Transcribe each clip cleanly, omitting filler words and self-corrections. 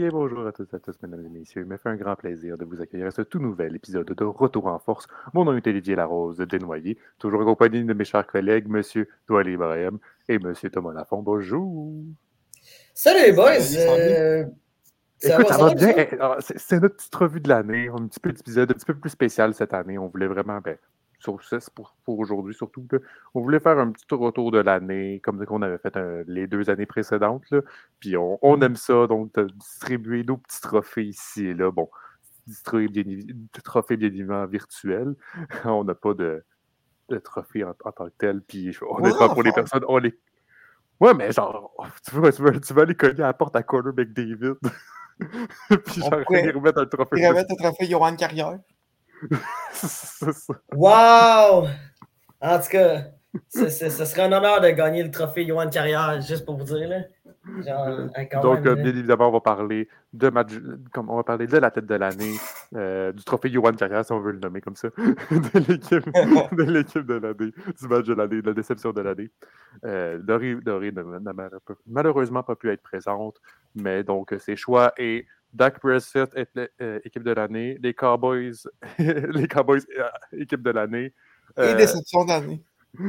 bien, bonjour à toutes et à tous, mesdames et messieurs. Il me fait un grand plaisir de vous accueillir à ce tout nouvel épisode de Retour en force. Mon nom est Olivier Larose Desnoyers, toujours accompagné de mes chers collègues, Monsieur Douali Ibrahim et Monsieur Thomas Lafont. Bonjour! Salut les boys! Salut, ça va bien? Écoute, ça Ça va va bien. ça? C'est notre petite revue de l'année, un petit peu d'épisode un petit peu plus spécial cette année. On voulait vraiment, sur ça, c'est pour aujourd'hui surtout, là, on voulait faire un petit retour de l'année, comme qu'on avait fait les 2 années précédentes. Là. Puis on aime ça, donc de distribuer nos petits trophées ici et là. Bon, distribuer des trophées bien évidemment virtuels. On n'a pas de trophées en tant que tel. Puis honnêtement, pour les personnes, on les. Ouais, mais genre, tu vas aller cogner à la porte à Connor McDavid. Puis genre, ils remettent un trophée. Ils remettent un trophée Johan Carrière. C'est ça. Wow! En tout cas, ce serait un honneur de gagner le trophée Johan Carrière, juste pour vous dire. Là. Genre, Donc, même, bien évidemment, on va parler on va parler de la tête de l'année, du trophée Johan Carrière, si on veut le nommer comme ça, de l'équipe de l'année, du match de l'année, de la déception de l'année. Doré n'a malheureusement pas pu être présente, mais donc ses choix et Dak Prescott équipe de l'année, les Cowboys, équipe de l'année. Et déception d'année.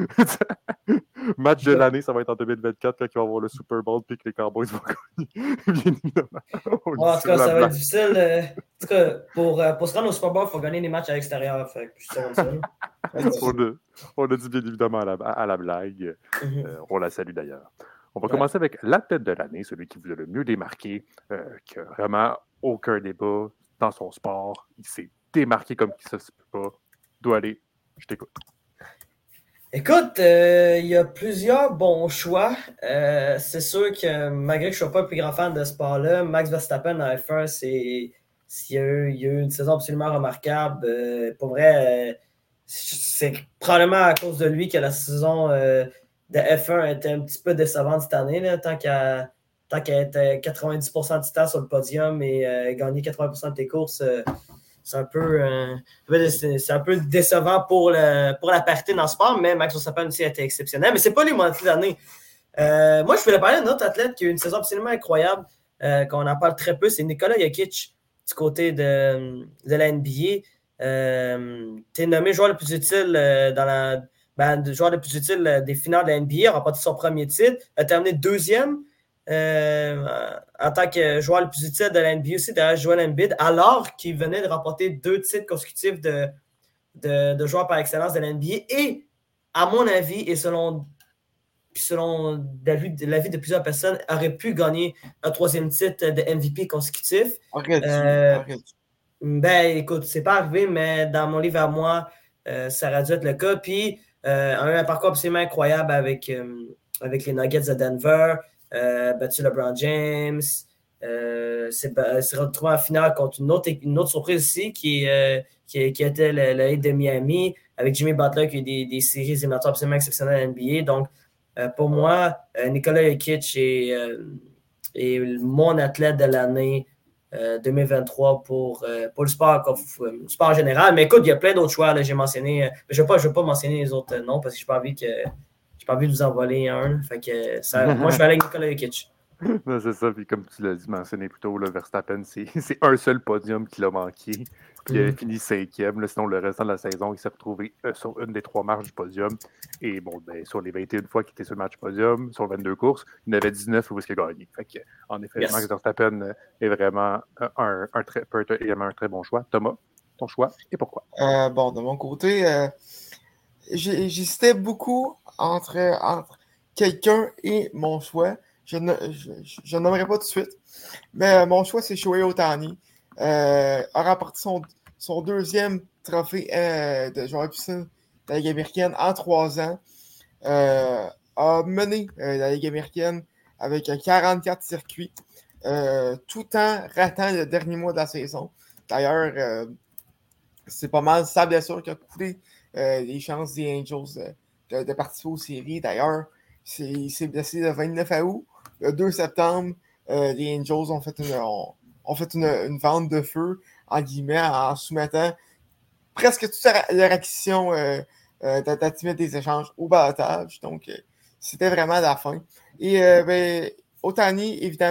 Match de l'année, ça va être en 2024 quand ils vont avoir le Super Bowl puis que les Cowboys vont gagner. Bien évidemment. En tout cas, ça va être difficile. En tout cas, pour se rendre au Super Bowl, il faut gagner des matchs à l'extérieur. Fait que je sais comme ça. On a dit bien évidemment à la blague. On la salue d'ailleurs. On va commencer avec la tête de l'année, celui qui vous a le mieux démarqué, qui a vraiment aucun débat dans son sport. Il s'est démarqué comme ça se peut pas. Doit aller. Je t'écoute. Écoute, il y a plusieurs bons choix. C'est sûr que malgré que je ne sois pas le plus grand fan de ce sport-là, Max Verstappen en F1, il y a eu une saison absolument remarquable. Pour vrai, c'est probablement à cause de lui que la saison de F1 était un petit peu décevante cette année, là, tant qu'elle était 90% du temps sur le podium et gagner 80% de tes courses. C'est un peu décevant pour la parité dans le sport, mais Max Verstappen aussi a été exceptionnel. Mais c'est pas lui mon athlète de l'année. Moi, je voulais parler d'un autre athlète qui a eu une saison absolument incroyable, qu'on en parle très peu, c'est Nikola Jokic du côté de la NBA. T'es nommé joueur le plus utile joueur le plus utile des finales de la NBA, a remporté son premier titre, a terminé deuxième. En tant que joueur le plus utile de la NBA aussi, derrière Joel Embiid, alors qu'il venait de remporter 2 titres consécutifs de joueur par excellence de la NBA. Et, à mon avis, et selon l'avis de plusieurs personnes, aurait pu gagner un 3e titre de MVP consécutif. Ben, écoute, c'est pas arrivé, mais dans mon livre à moi, ça aurait dû être le cas. Puis, un parcours absolument incroyable avec les Nuggets de Denver. Battu LeBron James, s'est retrouvé en finale contre une autre surprise aussi qui était le Heat de Miami avec Jimmy Butler qui a eu des séries éliminatoires absolument exceptionnelles à NBA. Donc, pour moi, Nikola Jokic est mon athlète de l'année 2023 pour le sport en général. Mais écoute, il y a plein d'autres choix. Là, j'ai mentionné. Je ne vais pas mentionner les autres noms parce que je n'ai pas envie de vous en voler un. Fait que moi, je vais aller avec Nikola Jokic. Non, c'est ça, puis comme tu l'as dit, mentionné plus tôt, là, Verstappen, c'est un seul podium qu'il a manqué. Puis il avait fini 5e. Là, sinon, le restant de la saison, il s'est retrouvé sur une des 3 marches du podium. Et bon, ben, sur les 21 fois qu'il était sur le match podium, sur 22 courses, il en avait 19 où il a gagné. Fait que, en effet, Max Verstappen est vraiment un très bon choix. Thomas, ton choix et pourquoi? Bon, de mon côté, j'hésitais beaucoup entre quelqu'un et mon choix. Je ne nommerai pas tout de suite. Mais mon choix, c'est Shohei Ohtani. A remporté son 2e trophée de joueur puissant de la Ligue américaine en 3 ans. A mené la Ligue américaine avec 44 circuits, tout en ratant le dernier mois de la saison. D'ailleurs, c'est pas mal sa blessure qui a coûté les chances des Angels de participer aux séries. D'ailleurs, il s'est blessé le 29 août. Le 2 septembre, les Angels ont fait une vente de feu, en guillemets, en soumettant presque toute leur acquisition d'attirer des échanges au balotage. Donc, c'était vraiment la fin. Et Ohtani, évidemment,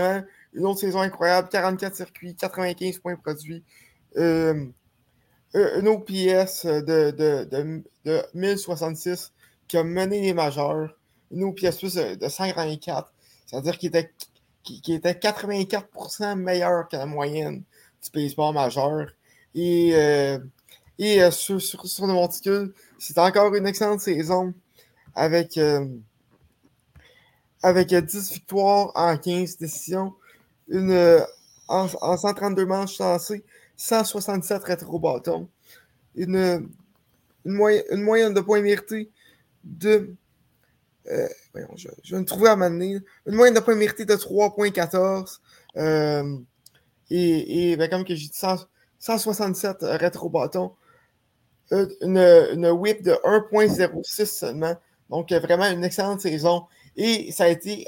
une autre saison incroyable, 44 circuits, 95 points produits, un OPS de 1066 qui a mené les majeurs, une OPS plus de 144, c'est-à-dire qu'il était 84% meilleur que la moyenne du baseball majeur. Et sur le monticule, c'est encore une excellente saison avec 10 victoires en 15 décisions, en 132 manches lancées, 167 rétro-bâtons, une moyenne de points mérités de. Je vais me trouver à m'amener. Une moyenne de points mérités de 3,14. Comme que j'ai dit, 167 rétro-bâtons. Une whip de 1,06 seulement. Donc, vraiment une excellente saison. Et ça a été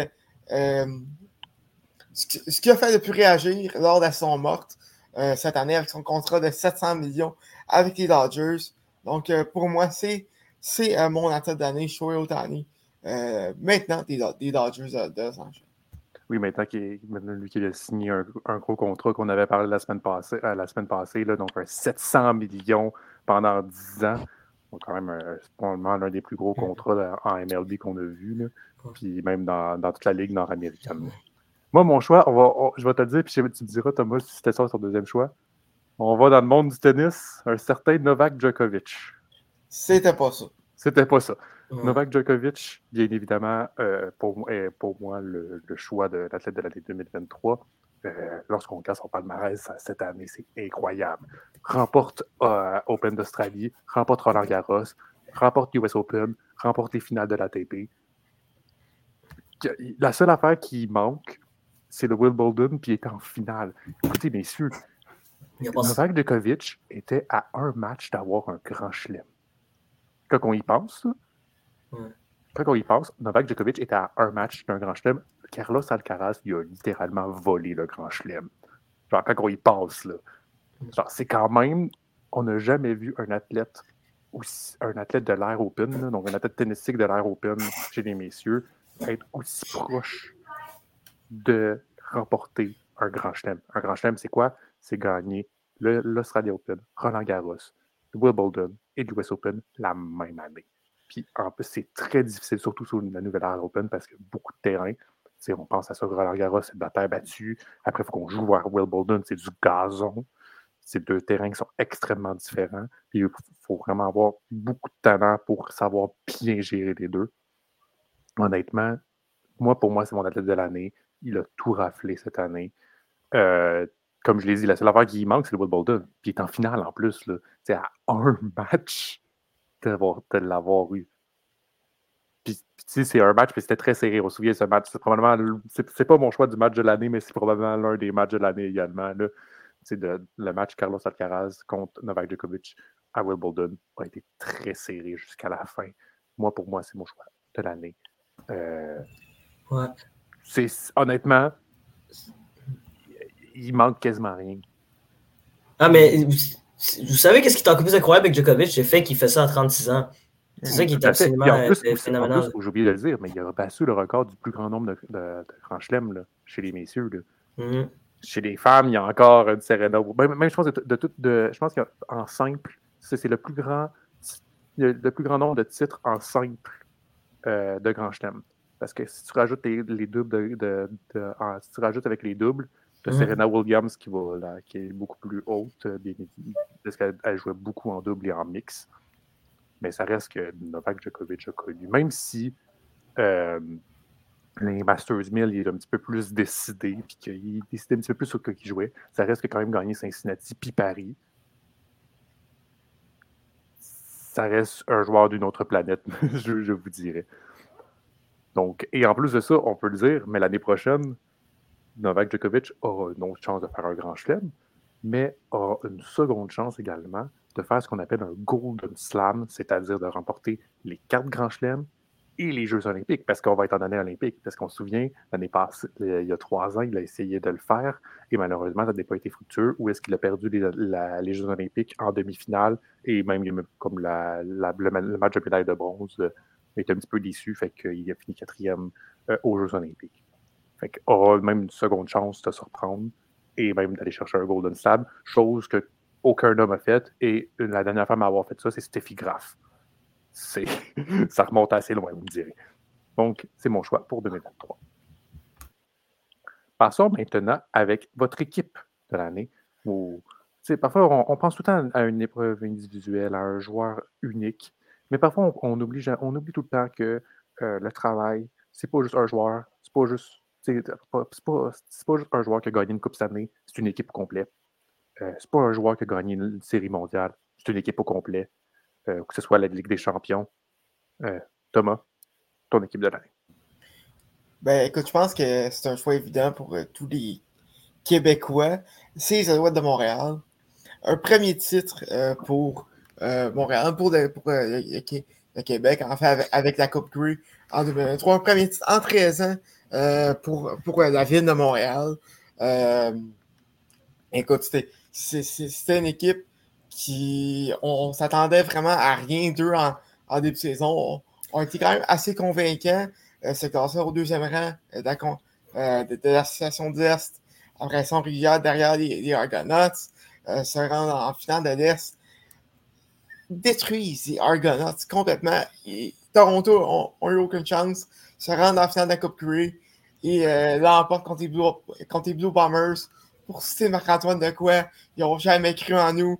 ce qui a fait le plus réagir lors de la saison morte cette année avec son contrat de 700 millions avec les Dodgers. Donc, pour moi, c'est mon athlète d'année, Shohei Ohtani. Maintenant, des Dodgers de Los Angeles. Oui, maintenant lui qui a signé un gros contrat qu'on avait parlé la semaine passée là, donc un 700 millions pendant 10 ans. Donc, quand même, c'est probablement l'un des plus gros contrats en MLB qu'on a vu, là. Puis même dans toute la ligue nord-américaine. Moi, mon choix, je vais te le dire, puis tu me diras, Thomas, si c'était ça son deuxième choix. On va dans le monde du tennis, un certain Novak Djokovic. C'était pas ça. C'était pas ça. Ouais. Novak Djokovic, bien évidemment, pour moi, le choix de l'athlète de l'année 2023. Lorsqu'on regarde son palmarès cette année, c'est incroyable. Remporte Open d'Australie, remporte Roland Garros, remporte US Open, remporte les finales de l'ATP. La seule affaire qui manque, c'est le Wimbledon, puis il est en finale. Écoutez, messieurs, Novak Djokovic était à un match d'avoir un grand chelem. Quand on y pense, Novak Djokovic était à un match d'un grand chelem. Carlos Alcaraz, il a littéralement volé le grand chelem. Genre, quand on y passe, là. Genre, c'est quand même... On n'a jamais vu un athlète de l'Air Open, là, donc un athlète tennistique de l'Air Open chez les messieurs, être aussi proche de remporter un grand chelem. Un grand chelem, c'est quoi? C'est gagner l'Australia Open, Roland Garros, le Wimbledon et le US Open la même année. Puis en plus, c'est très difficile, surtout sur la nouvelle Air Open, parce qu'il y a beaucoup de terrain. T'sais, on pense à ça, Roland Garros, c'est de la terre battue. Après, il faut qu'on joue à Wimbledon, c'est du gazon. C'est deux terrains qui sont extrêmement différents. Puis il faut vraiment avoir beaucoup de talent pour savoir bien gérer les deux. Honnêtement, pour moi, c'est mon athlète de l'année. Il a tout raflé cette année. Comme je l'ai dit, la seule affaire qui manque, c'est le Wimbledon. Puis il est en finale en plus. Là. À un match de l'avoir eu. Puis c'est un match, puis c'était très serré. On se souvient, ce match, c'est probablement... C'est pas mon choix du match de l'année, mais c'est probablement l'un des matchs de l'année également. Là. Le match Carlos Alcaraz contre Novak Djokovic à Wimbledon a été très serré jusqu'à la fin. Pour moi, c'est mon choix de l'année. Ouais. Honnêtement, il manque quasiment rien. Ah, mais vous savez qu'est-ce qui est encore plus incroyable avec Djokovic? C'est le fait qu'il fait ça à 36 ans. C'est ça qui est absolument phénoménal. En plus, j'ai oublié de le dire, mais il a battu le record du plus grand nombre de grands chelems chez les messieurs. Là. Chez les femmes, il y a encore une Serena. Même je pense je pense qu'en simple, c'est le plus grand nombre de titres en simple de grands chelems. Parce que si tu rajoutes les doubles si tu rajoutes avec les doubles, tu as Serena Williams qui est beaucoup plus haute, parce qu'elle jouait beaucoup en double et en mix. Mais ça reste que Novak Djokovic a connu. Même si les Masters 1000, il est un petit peu plus décidé, puis qu'il décidait un petit peu plus sur quoi il jouait, ça reste que quand même gagner Cincinnati puis Paris. Ça reste un joueur d'une autre planète, je vous dirais. Donc, et en plus de ça, on peut le dire, mais l'année prochaine, Novak Djokovic aura une autre chance de faire un grand chelem, mais aura une seconde chance également de faire ce qu'on appelle un Golden Slam, c'est-à-dire de remporter les 4 grands chelems et les Jeux olympiques, parce qu'on va être en année olympique. Parce qu'on se souvient, l'année passée, il y a 3 ans, il a essayé de le faire, et malheureusement, ça n'a pas été fructueux, ou est-ce qu'il a perdu les Jeux olympiques en demi-finale, et même comme le match de médaille de bronze, il était un petit peu déçu, fait qu'il a fini 4e aux Jeux olympiques. Fait qu'il aura même une seconde chance de se reprendre et même d'aller chercher un Golden Slab, chose que aucun homme a faite. Et la dernière femme à avoir fait ça, c'est Steffi Graf. Ça remonte assez loin, vous me direz. Donc, c'est mon choix pour 2023. Passons maintenant avec votre équipe de l'année. Parfois, on pense tout le temps à une épreuve individuelle, à un joueur unique, mais parfois, on oublie tout le temps que le travail, c'est pas juste un joueur, c'est pas juste un joueur qui a gagné une Coupe cette année, c'est une équipe au complet. C'est pas un joueur qui a gagné une série mondiale, c'est une équipe au complet, que ce soit la Ligue des Champions. Thomas, ton équipe de l'année. Ben, écoute, je pense que c'est un choix évident pour tous les Québécois. C'est les Alouettes de Montréal. Un premier titre pour Montréal, pour le Québec, en fait, avec la Coupe Grey en 2023. Un premier titre en 13 ans pour la ville de Montréal. Écoute, c'était une équipe qui, on s'attendait vraiment à rien d'eux en début de saison. On été quand même assez convaincants. Se classer au deuxième rang de l'association de l'Est. Après ça, Rivière derrière les Argonauts. Se rendre en finale de l'Est. Détruisent les Argonauts complètement. Et Toronto n'a eu aucune chance. Se rendre en finale de la Coupe Grey. Et l'emporte contre les Blue Bombers. Pour citer Marc-Antoine Dequoy, ils n'ont jamais cru en nous.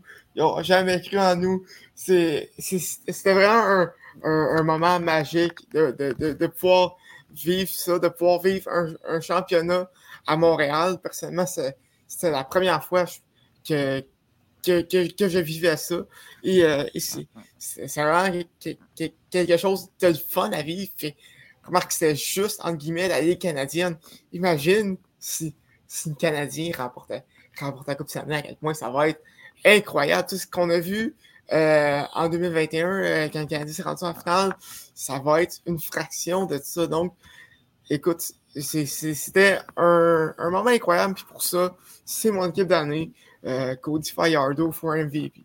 C'était vraiment un moment magique de pouvoir vivre ça, de pouvoir vivre un championnat à Montréal. Personnellement, c'était la première fois que je vivais ça. Et c'est vraiment quelque chose de fun à vivre. Remarque que c'était juste, entre guillemets, la Ligue canadienne. Imagine si le Canadien remporte la Coupe Stanley, à quel point ça va être incroyable. Tout ce qu'on a vu en 2021, quand le Canadien s'est rendu en finale, ça va être une fraction de tout ça. Donc, écoute, c'était un moment incroyable. Puis pour ça, c'est mon équipe d'année. Cody Fajardo pour MVP.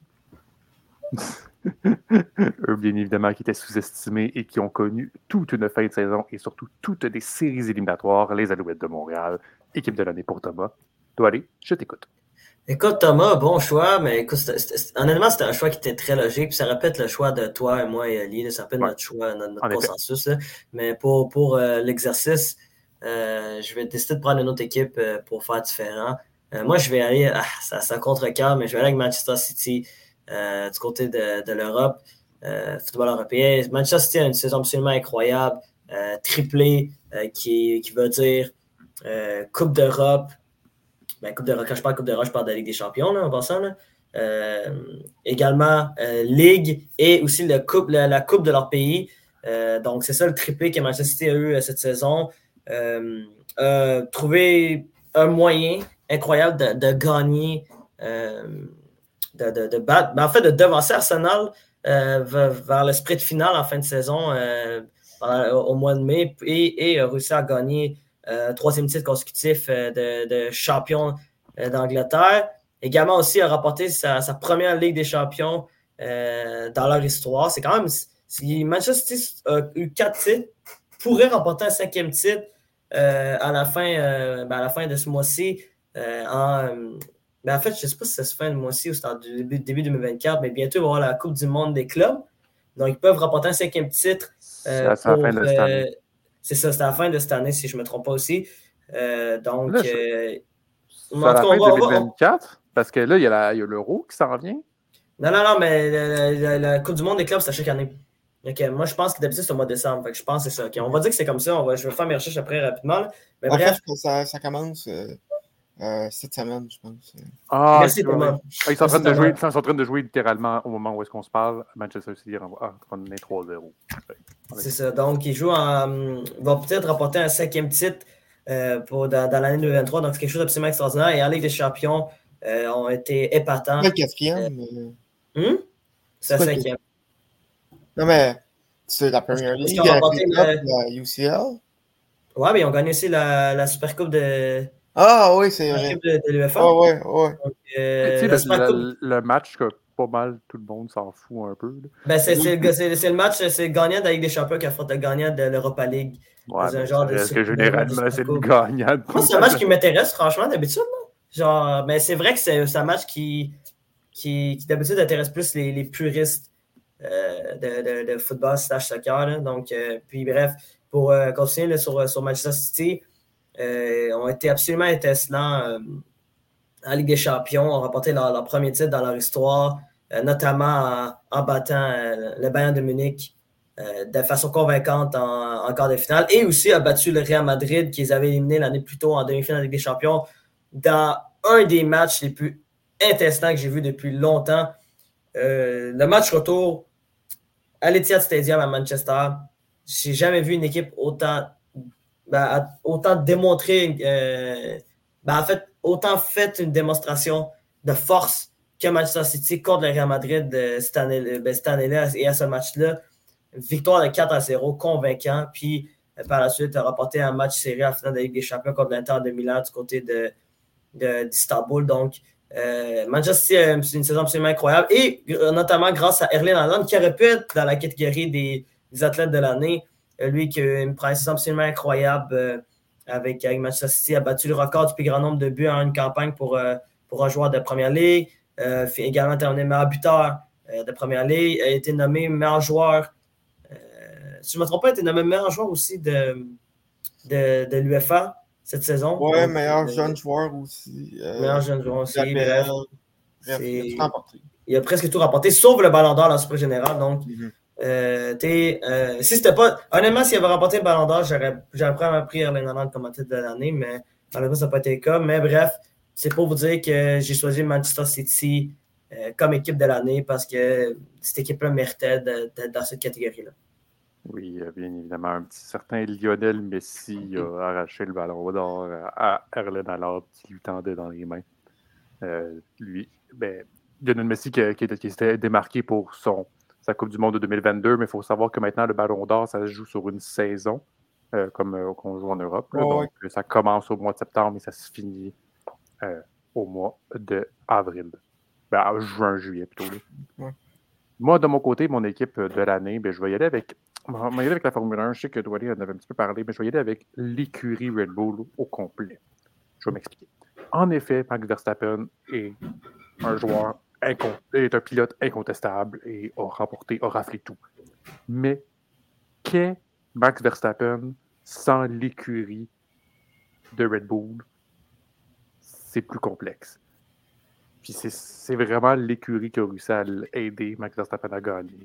Eux, bien évidemment, qui étaient sous-estimés et qui ont connu toute une fin de saison et surtout toutes des séries éliminatoires, les Alouettes de Montréal, équipe de l'année pour Thomas. Toi, allez, je t'écoute. Écoute, Thomas, bon choix, mais écoute, honnêtement, c'était un choix qui était très logique, puis ça répète le choix de toi et moi et Ali, ça répète notre choix, notre consensus. Là. Mais pour l'exercice, je vais décider de prendre une autre équipe pour faire différent. Moi, je vais aller, ça contre-cœur, mais je vais aller avec Manchester City du côté de l'Europe, football européen. Manchester City a une saison absolument incroyable, triplé, qui veut dire Coupe d'Europe. Ben, quand je parle Coupe d'Europe, je parle de la Ligue des Champions, là, en passant. Là. Également, Ligue et aussi la coupe de leur pays. Donc, c'est ça le triplé que Manchester City a eu cette saison. Trouver un moyen incroyable de gagner, de battre, en fait, de devancer Arsenal vers le sprint final en fin de saison au mois de mai et réussir à gagner troisième titre consécutif de champion d'Angleterre. Également aussi a remporté sa première Ligue des champions dans leur histoire. C'est quand même... Si Manchester City a eu 4 titres, pourrait remporter un 5e titre à la fin de ce mois-ci. En fait, je ne sais pas si c'est fin de mois-ci ou c'est en début 2024, mais bientôt, il va y avoir la Coupe du monde des clubs. Donc, ils peuvent remporter un 5e titre. C'est la fin de cette année. C'est ça, c'est à la fin de cette année, si je ne me trompe pas aussi. Donc, c'est à la fin de 2024, parce que là, il y a l'Euro qui s'en vient. Non, mais la Coupe du monde des clubs, c'est à chaque année. Okay, moi, je pense que d'habitude, c'est au mois de décembre. Fait que je pense que c'est ça. Okay, on va dire que c'est comme ça. Je vais faire mes recherches après rapidement. Mais bref. Fait, ça commence cette semaine, je pense. Merci, Thomas. Ils sont en train de jouer littéralement au moment où est-ce qu'on se parle. Manchester City en train de mener 3-0. C'est ça. Donc, ils vont peut-être remporter un 5e titre dans l'année 2023. Donc, c'est quelque chose d'absolument extraordinaire. Et en Ligue des champions, ont été épatants. C'est le 4e. C'est le 5e. Non, mais c'est la première ligue. La UCL. Ouais, mais ils ont gagné aussi la Super Coupe de. Ah oui, c'est vrai. De l'UEFA. Ah ouais. Donc, le match que pas mal tout le monde s'en fout un peu. Ben, c'est le match, c'est le gagnant de la Ligue des Champions qui affronte le gagnant de l'Europa League. Ouais, dans un mais genre ça de reste que circuit de généralement, c'est le Coupe. gagnant de Moi, tout. c'est un match qui m'intéresse, franchement, d'habitude. Là. Genre, mais c'est vrai que c'est un match qui d'habitude intéresse plus les puristes de football slash soccer. Là. Donc, puis bref, pour continuer là, sur Manchester City, ont été absolument étincelants en Ligue des Champions, ont remporté leur premier titre dans leur histoire, notamment en battant le Bayern de Munich de façon convaincante en quart de finale, et aussi a battu le Real Madrid qu'ils avaient éliminé l'année plus tôt en demi-finale de Ligue des Champions dans un des matchs les plus intestins que j'ai vu depuis longtemps. Le match retour à l'Etihad Stadium à Manchester, j'ai jamais vu une équipe autant démontrer, en fait, autant fait une démonstration de force que Manchester City contre le Real Madrid cette année-là et à ce match-là. Victoire de 4-0, convaincant, puis par la suite, a remporté un match serré à la finale de la Ligue des Champions contre l'Inter de Milan du côté d'Istanbul. Donc, Manchester City, c'est une saison absolument incroyable, et notamment grâce à Erling Haaland, qui aurait pu être dans la catégorie des athlètes de l'année. Lui qui a une présence absolument incroyable avec Manchester City, a battu le record du plus grand nombre de buts en une campagne pour un joueur de Première Ligue. Fait également terminé meilleur buteur de Première Ligue. A été nommé meilleur joueur. Si je ne me trompe pas, a été nommé meilleur joueur aussi de l'UEFA cette saison. Ouais, Donc, meilleur jeune joueur aussi. meilleur jeune joueur aussi. Bref, Bref, il a tout remporté. il a presque tout remporté, sauf le Ballon d'Or dans le Super Général. Donc, si c'était pas. Honnêtement, s'il avait remporté le Ballon d'Or, j'aurais probablement pris Erling Haaland comme titre de l'année, mais malheureusement, ça n'a pas été le cas. Mais bref, c'est pour vous dire que j'ai choisi Manchester City comme équipe de l'année parce que cette équipe-là méritait d'être dans cette catégorie-là. Oui, bien évidemment. Un petit certain Lionel Messi a arraché le ballon d'or à Erling Haaland qui lui tendait dans les mains. Lionel Messi qui s'était démarqué pour sa Coupe du Monde de 2022, mais il faut savoir que maintenant, le ballon d'or, ça se joue sur une saison, comme qu'on joue en Europe. Là. Donc, ça commence au mois de septembre et ça se finit au mois d'avril. Juin, juillet plutôt. Ouais. Moi, de mon côté, mon équipe de l'année, je vais y aller avec la Formule 1. Je sais que Douali en avait un petit peu parlé, mais je vais y aller avec l'écurie Red Bull au complet. Je vais m'expliquer. En effet, Max Verstappen est un pilote incontestable et a raflé tout. Mais qu'est Max Verstappen sans l'écurie de Red Bull? C'est plus complexe. Puis c'est vraiment l'écurie qui a réussi à aider Max Verstappen à gagner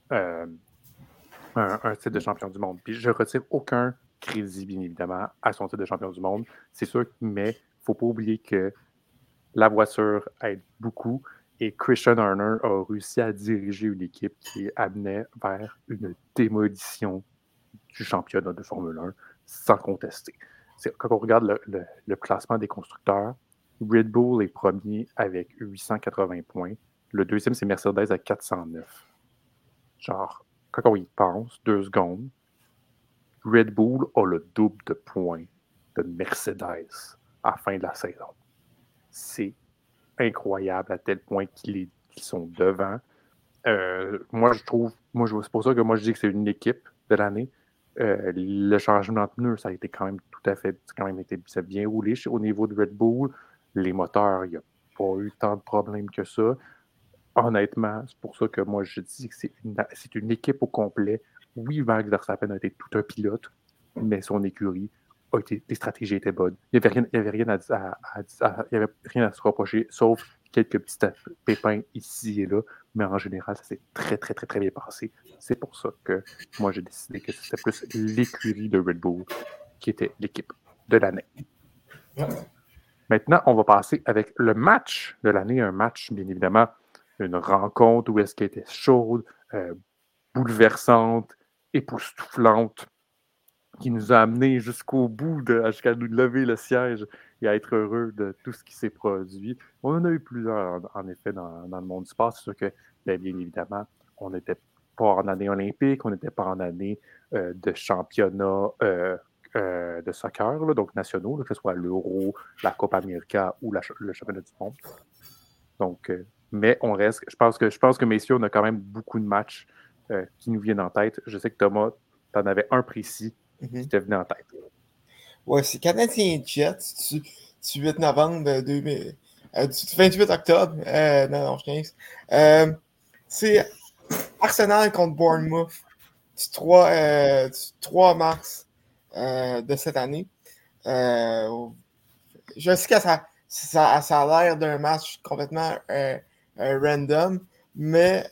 un titre de champion du monde. Puis je ne retire aucun crédit, bien évidemment, à son titre de champion du monde. C'est sûr, mais il ne faut pas oublier que la voiture aide beaucoup et Christian Horner a réussi à diriger une équipe qui amenait vers une démolition du championnat de Formule 1 sans contester. Quand on regarde le classement des constructeurs, Red Bull est premier avec 880 points. Le deuxième, c'est Mercedes à 409. Genre, quand on y pense, 2 secondes, Red Bull a le double de points de Mercedes à la fin de la saison. C'est incroyable à tel point qu'ils sont devant. C'est pour ça que moi je dis que c'est une équipe de l'année. Le changement de pneus, ça a été quand même été bien roulé au niveau de Red Bull. Les moteurs, il n'y a pas eu tant de problèmes que ça. Honnêtement, c'est pour ça que moi je dis que c'est une équipe au complet. Oui, Max Verstappen a été tout un pilote, mais son écurie les stratégies étaient bonnes. Il n'y avait rien à se reprocher, sauf quelques petits pépins ici et là, mais en général, ça s'est très, très, très, très bien passé. C'est pour ça que moi, j'ai décidé que c'était plus l'écurie de Red Bull qui était l'équipe de l'année. Ouais. Maintenant, on va passer avec le match de l'année. Un match, bien évidemment, une rencontre où est-ce qu'elle était chaude, bouleversante, époustouflante, qui nous a amenés jusqu'au bout, jusqu'à nous lever le siège et à être heureux de tout ce qui s'est produit. On en a eu plusieurs, en effet, dans le monde du sport. C'est sûr que, bien évidemment, on n'était pas en année olympique, on n'était pas en année de championnat de soccer, là, donc nationaux, là, que ce soit l'Euro, la Copa América ou le championnat du monde. Donc, mais on reste. Je pense que messieurs, on a quand même beaucoup de matchs qui nous viennent en tête. Je sais que Thomas, tu en avais un précis qui te venait en tête. Ouais, c'est Canadien Jets du 8 novembre du 28 octobre. Non, je 15. C'est Arsenal contre Bournemouth du 3 mars de cette année. Je sais que ça a l'air d'un match complètement random, mais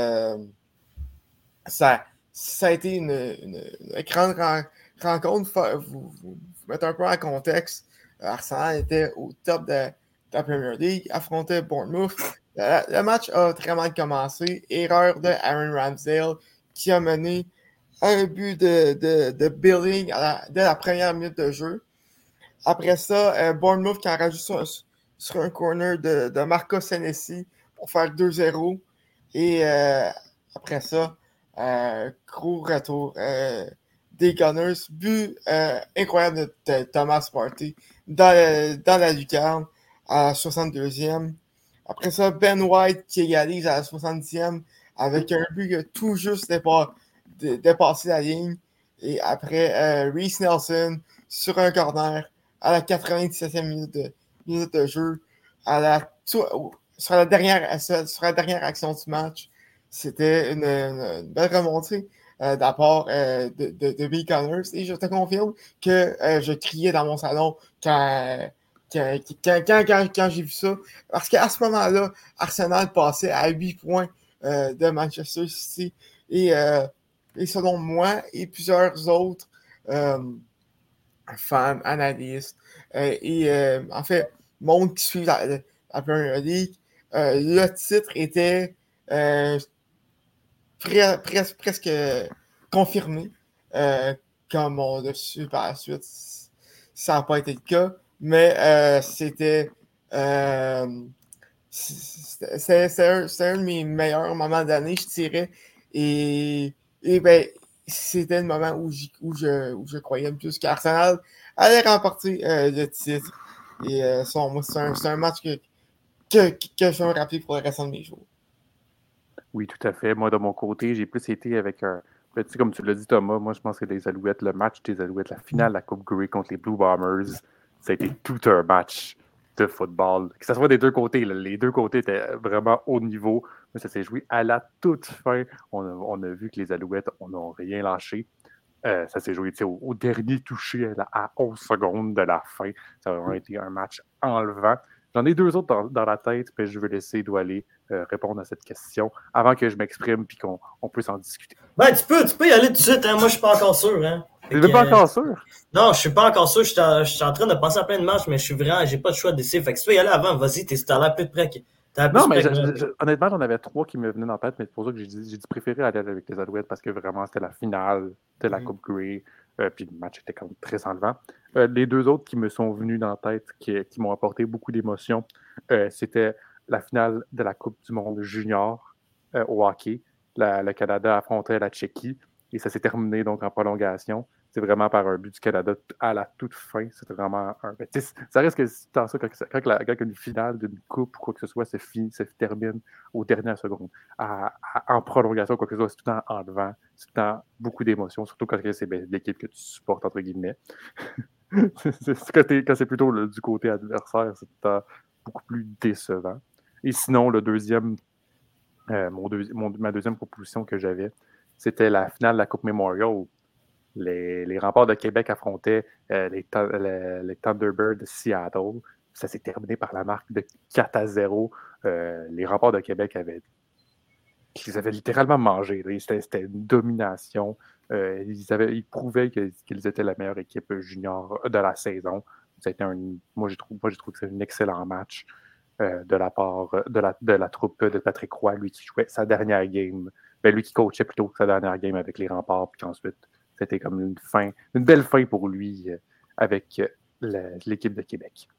ça a été une grande rencontre. Vous mettre un peu en contexte. Arsenal était au top de la Premier League, affrontait Bournemouth. Le match a très mal commencé. Erreur de Aaron Ramsdale qui a mené un but de Billing dès la première minute de jeu. Après ça, Bournemouth qui a rajouté sur un corner de Marco Senesi pour faire 2-0. Et après ça, gros retour des Gunners. But incroyable de Thomas Partey dans la lucarne à la 62e. Après ça, Ben White qui égalise à la 70e avec un but tout juste dépassé la ligne. Et après, Reece Nelson sur un corner à la 97e minute de jeu. Sur la dernière action du match, c'était une belle remontée de la part de Bill Connors. Et je te confirme que je criais dans mon salon quand j'ai vu ça. Parce qu'à ce moment-là, Arsenal passait à 8 points de Manchester City. Et selon moi et plusieurs autres fans, analystes, en fait, monde qui suit la Premier League, le titre était presque confirmé, comme on l'a su par la suite. Ça n'a pas été le cas, mais c'était un de mes meilleurs moments d'année, je dirais. Et ben, c'était le moment où je croyais le plus qu'Arsenal allait remporter le titre. Et moi, c'est un match que je vais me rappeler pour le restant de mes jours. Oui, tout à fait. Moi, de mon côté, j'ai plus été avec un. Petit, comme tu l'as dit, Thomas, moi, je pense que les Alouettes, le match des Alouettes, la finale de la Coupe Grey contre les Blue Bombers, ça a été tout un match de football. Que ce soit des deux côtés, là, les deux côtés étaient vraiment haut niveau. Mais ça s'est joué à la toute fin. On a vu que les Alouettes n'ont rien lâché. Ça s'est joué au dernier touché à 11 secondes de la fin. Ça a vraiment été un match enlevant. J'en ai deux autres dans la tête, mais je vais laisser Doualé répondre à cette question avant que je m'exprime et qu'on puisse en discuter. Ben, tu peux y aller tout de suite. Hein? Moi, je suis pas encore sûr. Hein? Tu n'es pas encore sûr? Non, je suis pas encore sûr. Je suis en train de passer à plein de matchs, mais j'ai pas de choix de décider. Fait que si tu veux y aller avant, vas-y, t'as l'air plus près. Non, mais honnêtement, j'en avais trois qui me venaient en tête, mais c'est pour ça que j'ai dit préféré aller avec les Alouettes parce que vraiment, c'était la finale de la Coupe Grey. Puis le match était quand même très enlevant. Les deux autres qui me sont venus dans la tête, qui m'ont apporté beaucoup d'émotions, c'était la finale de la Coupe du Monde junior au hockey. Le Canada affrontait la Tchéquie et ça s'est terminé donc en prolongation. C'est vraiment par un but du Canada à la toute fin. C'était vraiment un. Ça reste que dans ça, quand une finale d'une coupe ou quoi que ce soit se termine aux dernières secondes. En prolongation, quoi que ce soit, c'est tout le temps en devant. C'est tout le temps beaucoup d'émotions, surtout quand c'est l'équipe que tu supportes, entre guillemets. Quand c'est plutôt du côté adversaire, c'est tout le temps beaucoup plus décevant. Et sinon, le deuxième, ma deuxième proposition que j'avais, c'était la finale de la Coupe Memorial. Les Remparts de Québec affrontaient les Thunderbirds de Seattle. Ça s'est terminé par la marque de 4-0. Les Remparts de Québec ils avaient littéralement mangé. C'était une domination. Ils prouvaient qu'ils étaient la meilleure équipe junior de la saison. Moi, j'ai trouvé que c'est un excellent match de la part de la troupe de Patrick Roy, lui qui jouait sa dernière game. Lui qui coachait plutôt sa dernière game avec les Remparts, puis qu'ensuite c'était comme une belle fin pour lui avec l'équipe de Québec.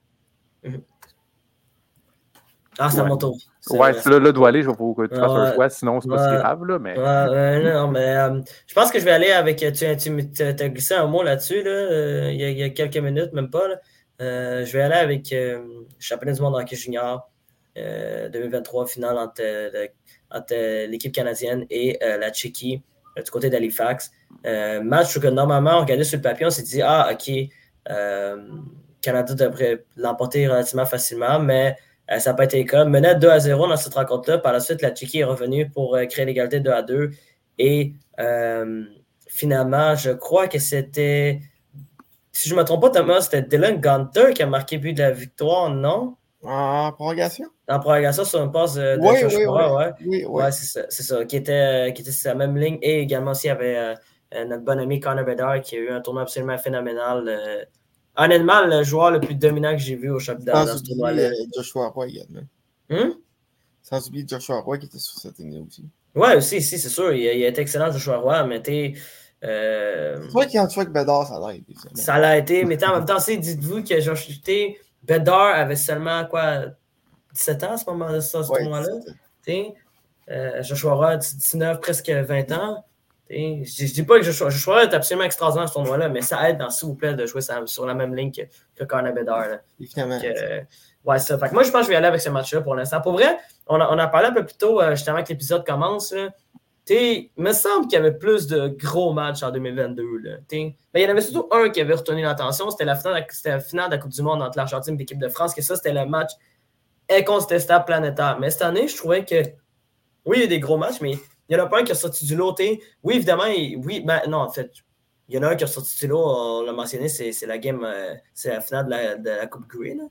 Ah, c'est à mon tour. Là, doit aller, je vais que tu fasses un choix, sinon c'est pas si grave, là, mais... non, mais je pense que je vais aller avec... Tu as glissé un mot là-dessus, là, il y a quelques minutes, même pas, là. Je vais aller avec le championnat du monde hockey junior 2023, finale entre l'équipe canadienne et la Tchéquie. du côté d'Halifax. Match que normalement, on regardait sur le papier, on s'est dit, OK, Canada devrait l'emporter relativement facilement, mais ça n'a pas été le cas. Menait 2-0 dans cette rencontre-là. Par la suite, la Tchéquie est revenue pour créer l'égalité 2-2. Et finalement, je crois que c'était, si je ne me trompe pas, Thomas, c'était Dylan Gunter qui a marqué le but de la victoire, non? En prolongation? En prolongation sur une passe de Joshua, ouais, c'est ça. Qui était sur la même ligne. Et également aussi, il y avait notre bon ami Connor Bedard qui a eu un tournoi absolument phénoménal. Honnêtement, le joueur le plus dominant que j'ai vu au Shop dans ce tournoi-là. Joshua Roy également. Sans oublier Joshua Roy qui était sur cette ligne aussi. Ouais, aussi, c'est sûr. Il a été excellent, Joshua Roy, mais c'est vrai qu'il y a un truc Bedard, ça l'a été. Ça l'a été, mais en même temps, dites-vous que Bedard avait seulement 17 ans à ce moment-là, ce tournoi-là. Joshua Roy, 19, presque 20 ans. Je dis pas que Joshua Roy est absolument extraordinaire à ce tournoi-là, mais ça aide, s'il vous plaît, de jouer sur la même ligne que Connor Bedard. Évidemment. Ouais, ça. Fait que moi, je pense que je vais y aller avec ce match-là pour l'instant. Pour vrai, on a parlé un peu plus tôt, justement, que l'épisode commence. Il me semble qu'il y avait plus de gros matchs en 2022. Mais il y en avait surtout un qui avait retenu l'attention. C'était la finale de la Coupe du Monde entre l'Argentine et l'équipe de France. Que ça, c'était le match incontestable planétaire. Mais cette année, je trouvais que, oui, il y a des gros matchs, mais il y en a pas un qui est sorti du lot. Oui, évidemment, non, en fait, il y en a un qui est sorti du lot, on l'a mentionné, c'est la game, c'est la finale de la Coupe Green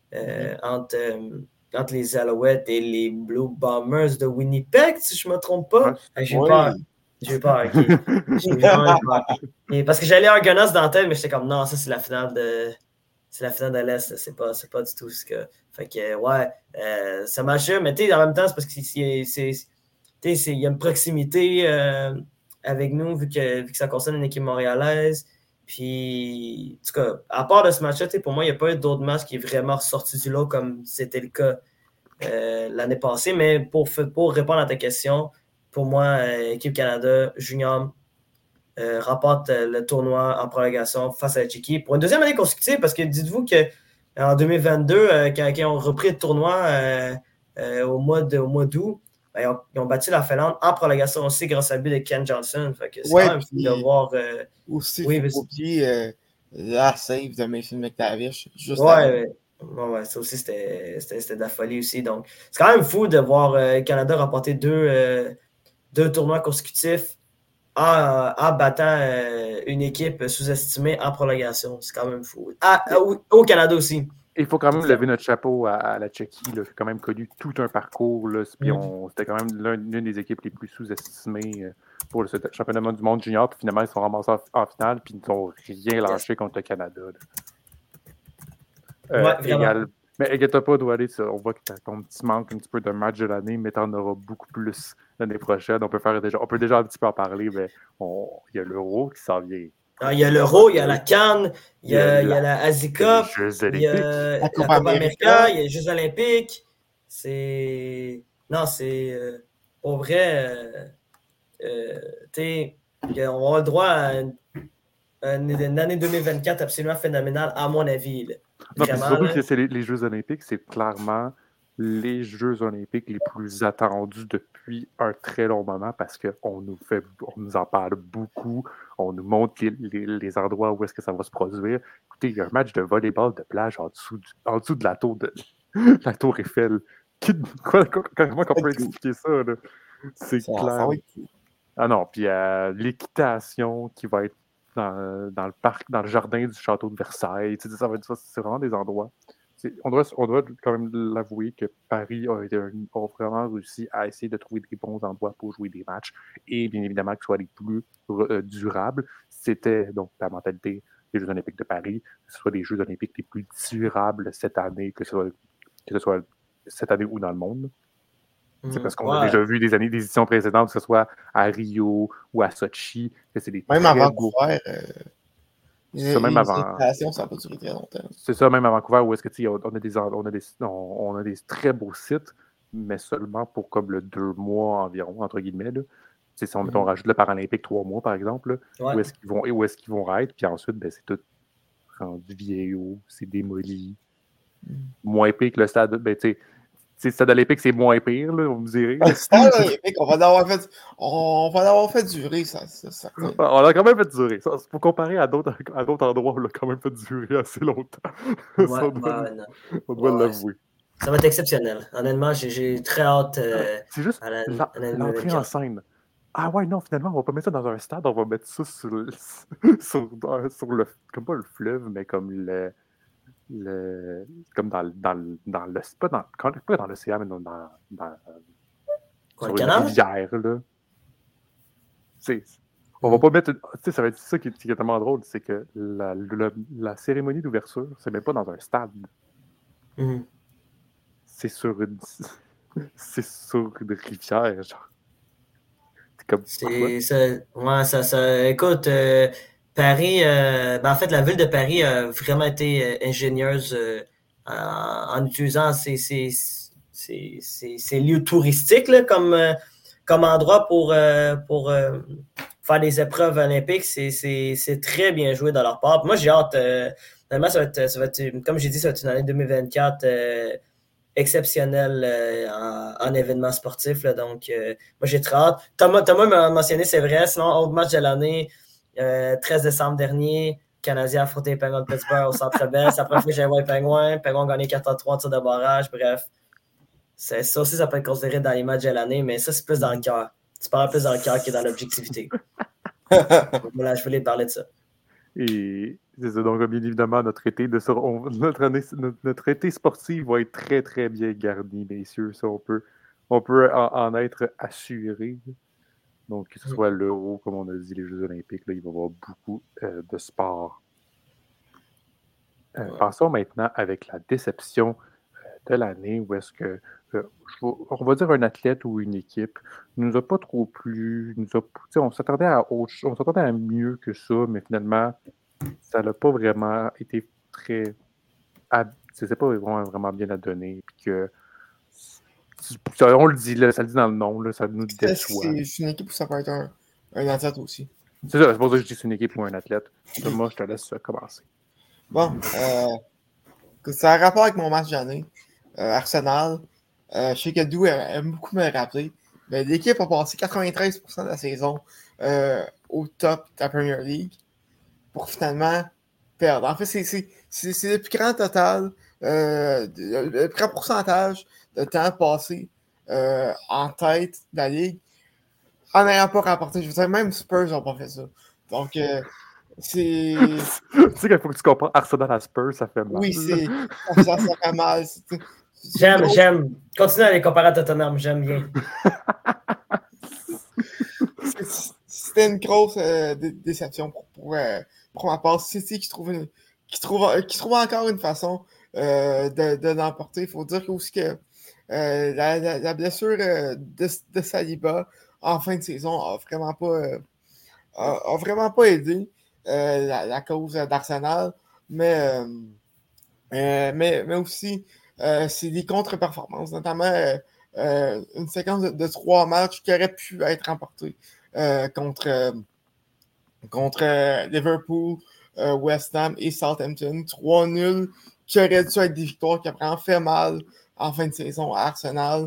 entre les Alouettes et les Blue Bombers de Winnipeg, si je ne me trompe pas. J'ai peur. J'ai peur, OK. J'ai vraiment peur. Parce que j'allais Argonautes dans la tête, mais j'étais comme, non, ça, c'est la finale de... C'est la finale de l'Est, c'est pas du tout ce que... Fait que, ouais, ça marche, mais en même temps, c'est parce qu'il y a une proximité avec nous, vu que ça concerne une équipe montréalaise. Puis, en tout cas, à part de ce match-là, pour moi, il n'y a pas eu d'autres matchs qui est vraiment ressorti du lot comme c'était le cas l'année passée. Mais pour répondre à ta question, pour moi, équipe Canada junior remporte le tournoi en prolongation face à la Tchéquie pour une deuxième année consécutive, parce que dites-vous qu'en 2022, quand ils ont repris le tournoi au mois d'août, ils ont battu la Finlande en prolongation aussi grâce à but de Ken Johnson. Fait que c'est quand même fou de voir... aussi, il faut oublier la save de Mason McTavish. Ouais, ça aussi, c'était de la folie aussi. Donc, c'est quand même fou de voir le Canada remporter deux tournois consécutifs en battant une équipe sous-estimée en prolongation. C'est quand même fou. Au Canada aussi. Il faut quand même lever notre chapeau à la Tchéquie, qui a quand même connu tout un parcours. Puis c'était quand même l'une des équipes les plus sous-estimées pour le championnat du monde junior. Puis finalement, ils sont ramassés en finale, puis ils n'ont rien lâché contre le Canada. Mais inquiète pas, Doualé, on voit que tu as ton petit manque un petit peu d'un match de l'année, mais tu en auras beaucoup plus l'année prochaine. On peut déjà un petit peu en parler, mais il y a l'Euro qui s'en vient. Il y a l'Euro, il y a la CAN, il y a la Asie Cup, il y a la Coupe América, il y a les Jeux Olympiques. Pour vrai, on a le droit à une année 2024 absolument phénoménale, à mon avis. Non, surtout que c'est les Jeux Olympiques, c'est clairement les Jeux Olympiques les plus attendus depuis un très long moment parce qu'on nous en parle beaucoup, on nous montre les endroits où est-ce que ça va se produire. Écoutez, il y a un match de volleyball de plage en dessous de la tour la tour Eiffel. Comment on peut expliquer ça? Là? C'est clair. Ah non, puis l'équitation qui va être dans le parc, dans le jardin du château de Versailles. C'est vraiment des endroits. On doit quand même l'avouer que Paris a vraiment réussi à essayer de trouver des bons endroits pour jouer des matchs et bien évidemment que ce soit les plus durables. C'était donc la mentalité des Jeux Olympiques de Paris, que ce soit les Jeux Olympiques les plus durables cette année, que ce soit cette année ou dans le monde. C'est parce qu'on a déjà vu des éditions précédentes, que ce soit à Rio ou à Sochi, que c'est des même à Vancouver. Ça, même avant. Ça n'a pas duré très longtemps. C'est ça, même à Vancouver, où est-ce que on a des très beaux sites, mais seulement pour comme le 2 mois environ, entre guillemets. Là. Si on rajoute le Paralympique 3 mois, par exemple, où est-ce qu'ils vont être, puis ensuite, c'est tout rendu vieillot, c'est démoli. Moins pire que le stade. Stade olympique, c'est moins pire, là, vous me direz. Stade olympique, on va l'avoir fait durer, ça. On l'a quand même fait durer. Pour comparer à d'autres endroits, on l'a quand même fait durer assez longtemps. On doit l'avouer. Ça va être exceptionnel. Honnêtement, j'ai très hâte c'est juste l'entrée en scène. Ah ouais, non, finalement, on va pas mettre ça dans un stade, on va mettre ça sur le comme pas le fleuve, mais comme comme dans le pas dans l'océan, mais sur une rivière, là. On va pas mettre. Ça va être ça qui est tellement drôle, c'est que la cérémonie d'ouverture, c'est même pas dans un stade. Mm-hmm. C'est sur une rivière, genre. Écoute, Paris, en fait, la ville de Paris a vraiment été ingénieuse en utilisant ces lieux touristiques là, comme endroit pour faire des épreuves olympiques. C'est très bien joué de leur part. Moi, j'ai hâte. Finalement, ça va être, comme j'ai dit, ça va être une année 2024 exceptionnel en événement sportif. Là, donc, moi, j'ai très hâte. Thomas m'a mentionné, c'est vrai. Sinon, autre match de l'année, 13 décembre dernier, Canadien a affronté les Penguins de Pittsburgh au Centre Bell. C'est la première fois que j'ai vu les Penguins. Penguins ont gagné 4-3 en tir de barrage. Bref, ça aussi, ça peut être considéré dans les matchs de l'année, mais ça, c'est plus dans le cœur. Tu parles plus dans le cœur que dans l'objectivité. Voilà, je voulais parler de ça. Et c'est ça, donc bien évidemment, notre été sportif va être très, très bien garni, messieurs. Ça, on peut en être assuré. Donc, que ce soit l'Euro, comme on a dit, les Jeux olympiques, là, il va y avoir beaucoup de sport. Passons maintenant avec la déception de l'année, où est-ce que, on va dire un athlète ou une équipe, nous a pas trop plu, on s'attendait à mieux que ça, mais finalement, ça n'a pas vraiment été très... C'est pas vraiment bien à donner, puis que... On le dit, là, ça le dit dans le nom, là, ça nous déçoit. C'est une équipe où ça peut être un athlète aussi. C'est ça, c'est pour ça que je dis c'est une équipe ou un athlète. Thomas, je te laisse commencer. Bon, ça a rapport avec mon match d'année. Arsenal. Je sais que Dou aime beaucoup me rappeler. Mais l'équipe a passé 93% de la saison au top de la Premier League pour finalement perdre. En fait, c'est le plus grand total, le plus grand pourcentage de temps passé en tête de la Ligue en n'ayant pas remporté. Je veux dire, même Spurs n'ont pas fait ça. Donc, c'est... Tu sais qu'il faut que tu compares Arsenal à Spurs, ça fait mal. Oui, ça fait mal. J'aime. Continue à les comparer à Tottenham, j'aime bien. C'était une grosse déception pour ma part. City qui trouve encore une façon de l'emporter. Il faut dire aussi que la blessure de Saliba en fin de saison a vraiment pas aidé la cause d'Arsenal. Mais aussi, c'est des contre-performances, notamment une séquence de 3 matchs qui auraient pu être remportés contre Liverpool, West Ham et Southampton. 3 nuls qui auraient dû être des victoires qui ont vraiment fait mal en fin de saison à Arsenal.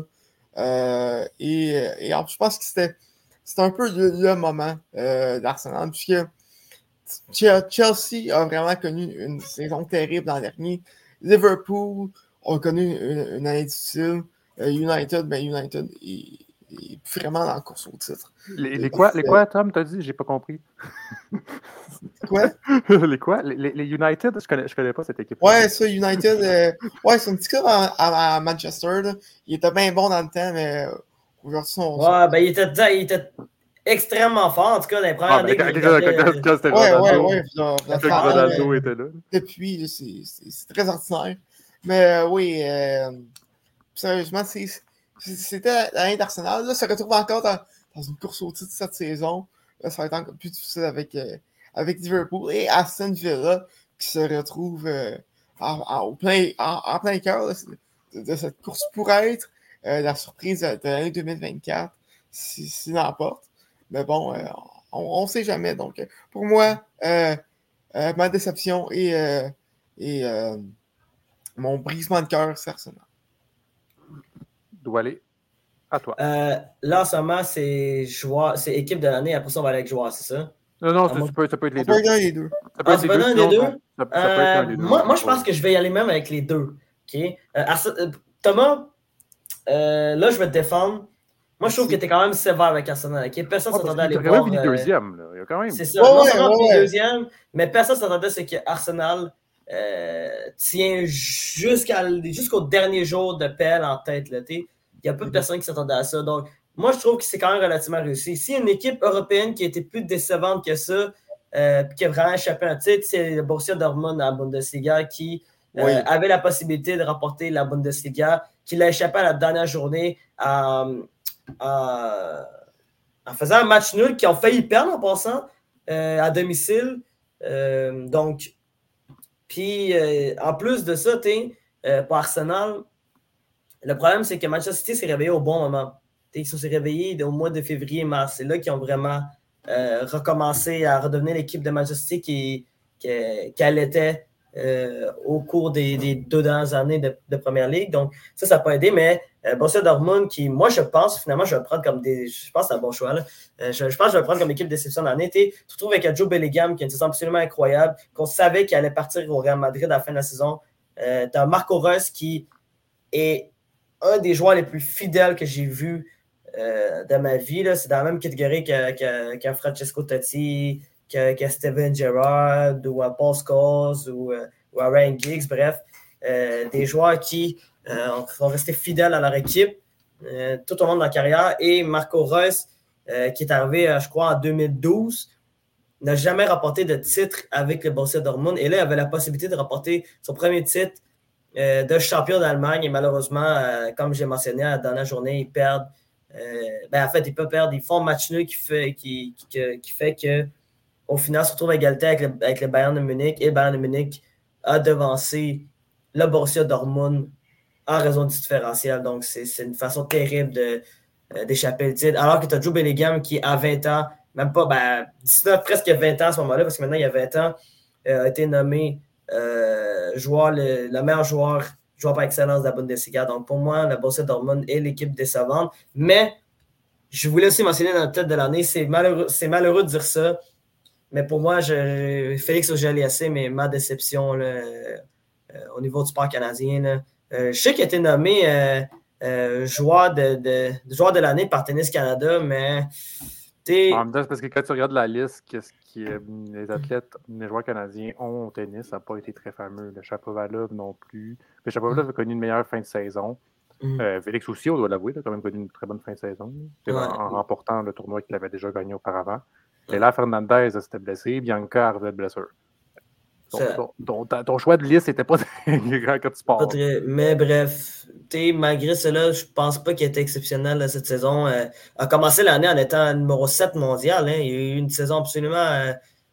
Je pense que c'était un peu le moment d'Arsenal, puisque Chelsea a vraiment connu une saison terrible l'an dernier. Liverpool a connu une année difficile. United est vraiment dans la course au titre. Les quoi, Tom, t'as dit? J'ai pas compris. Quoi? Les quoi? Les United? Je connais pas cette équipe. Ouais, ça, United. C'est un petit club à Manchester. Là. Il était bien bon dans le temps, mais aujourd'hui, il était extrêmement fort, en tout cas, dans les premières ligues. Ronaldo était là. Depuis, c'est très ordinaire. Mais oui, sérieusement, c'était l'année d'Arsenal. Là, ça se retrouve encore dans une course au titre cette saison. Là, ça va être encore plus difficile avec Liverpool et Aston Villa qui se retrouve en plein cœur de cette course pour être la surprise de l'année 2024 s'il l'emporte. Mais bon, on ne sait jamais. Donc, pour moi, ma déception et mon brisement de cœur, c'est Arsenal. doit aller à toi. Là, en ce moment, c'est équipe de l'année. Après ça, on va aller avec joueur, c'est ça? Non, À moi- ça peut être les On deux. peut gagner les deux. Ça peut être c'est les pas deux, un des sinon, deux? non. Ça peut être un des deux. Moi, je pense que je vais y aller même avec les deux. OK? Thomas, là, je vais te défendre. Moi, je trouve que tu es quand même sévère avec Arsenal. OK? Personne ne s'attendait à Il aller a quand même voir. fini deuxième. Là. Il a quand même... C'est ça. Ouais, Non ouais, seulement ouais, fini ouais. deuxième, mais personne ne s'attendait à ce que Arsenal tient jusqu'au dernier jour de pelle en tête. Il n'y a pas de personne qui s'attendait à ça. Donc, moi, je trouve que c'est quand même relativement réussi. Si une équipe européenne qui a été plus décevante que ça, puis qui a vraiment échappé un titre, c'est le Borussia Dortmund à la Bundesliga qui Oui. avait la possibilité de remporter la Bundesliga, qui l'a échappé à la dernière journée en faisant un match nul, qui ont failli perdre en passant à domicile. Donc, puis en plus de ça, pour Arsenal, le problème, c'est que Manchester City s'est réveillé au bon moment. Ils se sont réveillés au mois de février-mars. C'est là qu'ils ont vraiment recommencé à redevenir l'équipe de Manchester qu'elle était au cours des 2 dernières années de Première Ligue. Donc, ça n'a pas aidé, mais Borussia Dortmund, qui, moi, je pense, finalement, je vais le prendre comme je pense que c'est un bon choix. Là. Je pense que je vais le prendre comme équipe déception de l'année. Tu te retrouves avec un Joe Bellingham qui a une saison absolument incroyable, qu'on savait qu'il allait partir au Real Madrid à la fin de la saison. Tu as Marco Reus qui est un des joueurs les plus fidèles que j'ai vu de ma vie. Là. C'est dans la même catégorie qu'un Francesco Totti, que Steven Gerrard ou Paul Scholes ou Ryan Giggs. Bref, des joueurs qui sont restés fidèles à leur équipe tout au long de leur carrière. Et Marco Reus, qui est arrivé, je crois, en 2012, n'a jamais remporté de titre avec le Borussia Dortmund. Et là, il avait la possibilité de remporter son premier titre de champion d'Allemagne. Et malheureusement, comme j'ai mentionné, à la dernière journée, ils perdent. En fait, ils peuvent perdre. Ils font un match nul qui fait qu'au final, ils se retrouvent à égalité avec le Bayern de Munich. Et le Bayern de Munich a devancé le Borussia Dortmund en raison du différentiel. Donc, c'est une façon terrible d'échapper le titre. Alors que tu as Joe Bellingham qui, à 20 ans, même pas 19, presque 20 ans à ce moment-là, parce que maintenant, il y a 20 ans, a été nommé le meilleur joueur par excellence de la Bundesliga. Donc, pour moi, le Borussia Dortmund est l'équipe décevante. Mais, je voulais aussi mentionner dans le tête de l'année, c'est malheureux de dire ça, mais pour moi, Félix Auger-Aliassime, mais ma déception là, au niveau du sport canadien. Là. Je sais qu'il a été nommé joueur de l'année par Tennis Canada, mais En même temps, c'est parce que quand tu regardes la liste, qu'est-ce que les athlètes, les joueurs canadiens ont au tennis, ça n'a pas été très fameux. Le Shapovalov non plus. Le Shapovalov a connu une meilleure fin de saison. Félix aussi, on doit l'avouer, il a quand même connu une très bonne fin de saison. En remportant le tournoi qu'il avait déjà gagné auparavant. Et là, Fernandez s'était blessé, Bianca arrivait de blessure. Ton choix de liste n'était pas très grand quand tu pars. Mais bref, malgré cela, je pense pas qu'il était exceptionnel cette saison. A commencé l'année en étant numéro 7 mondial. Hein. Il y a eu une saison absolument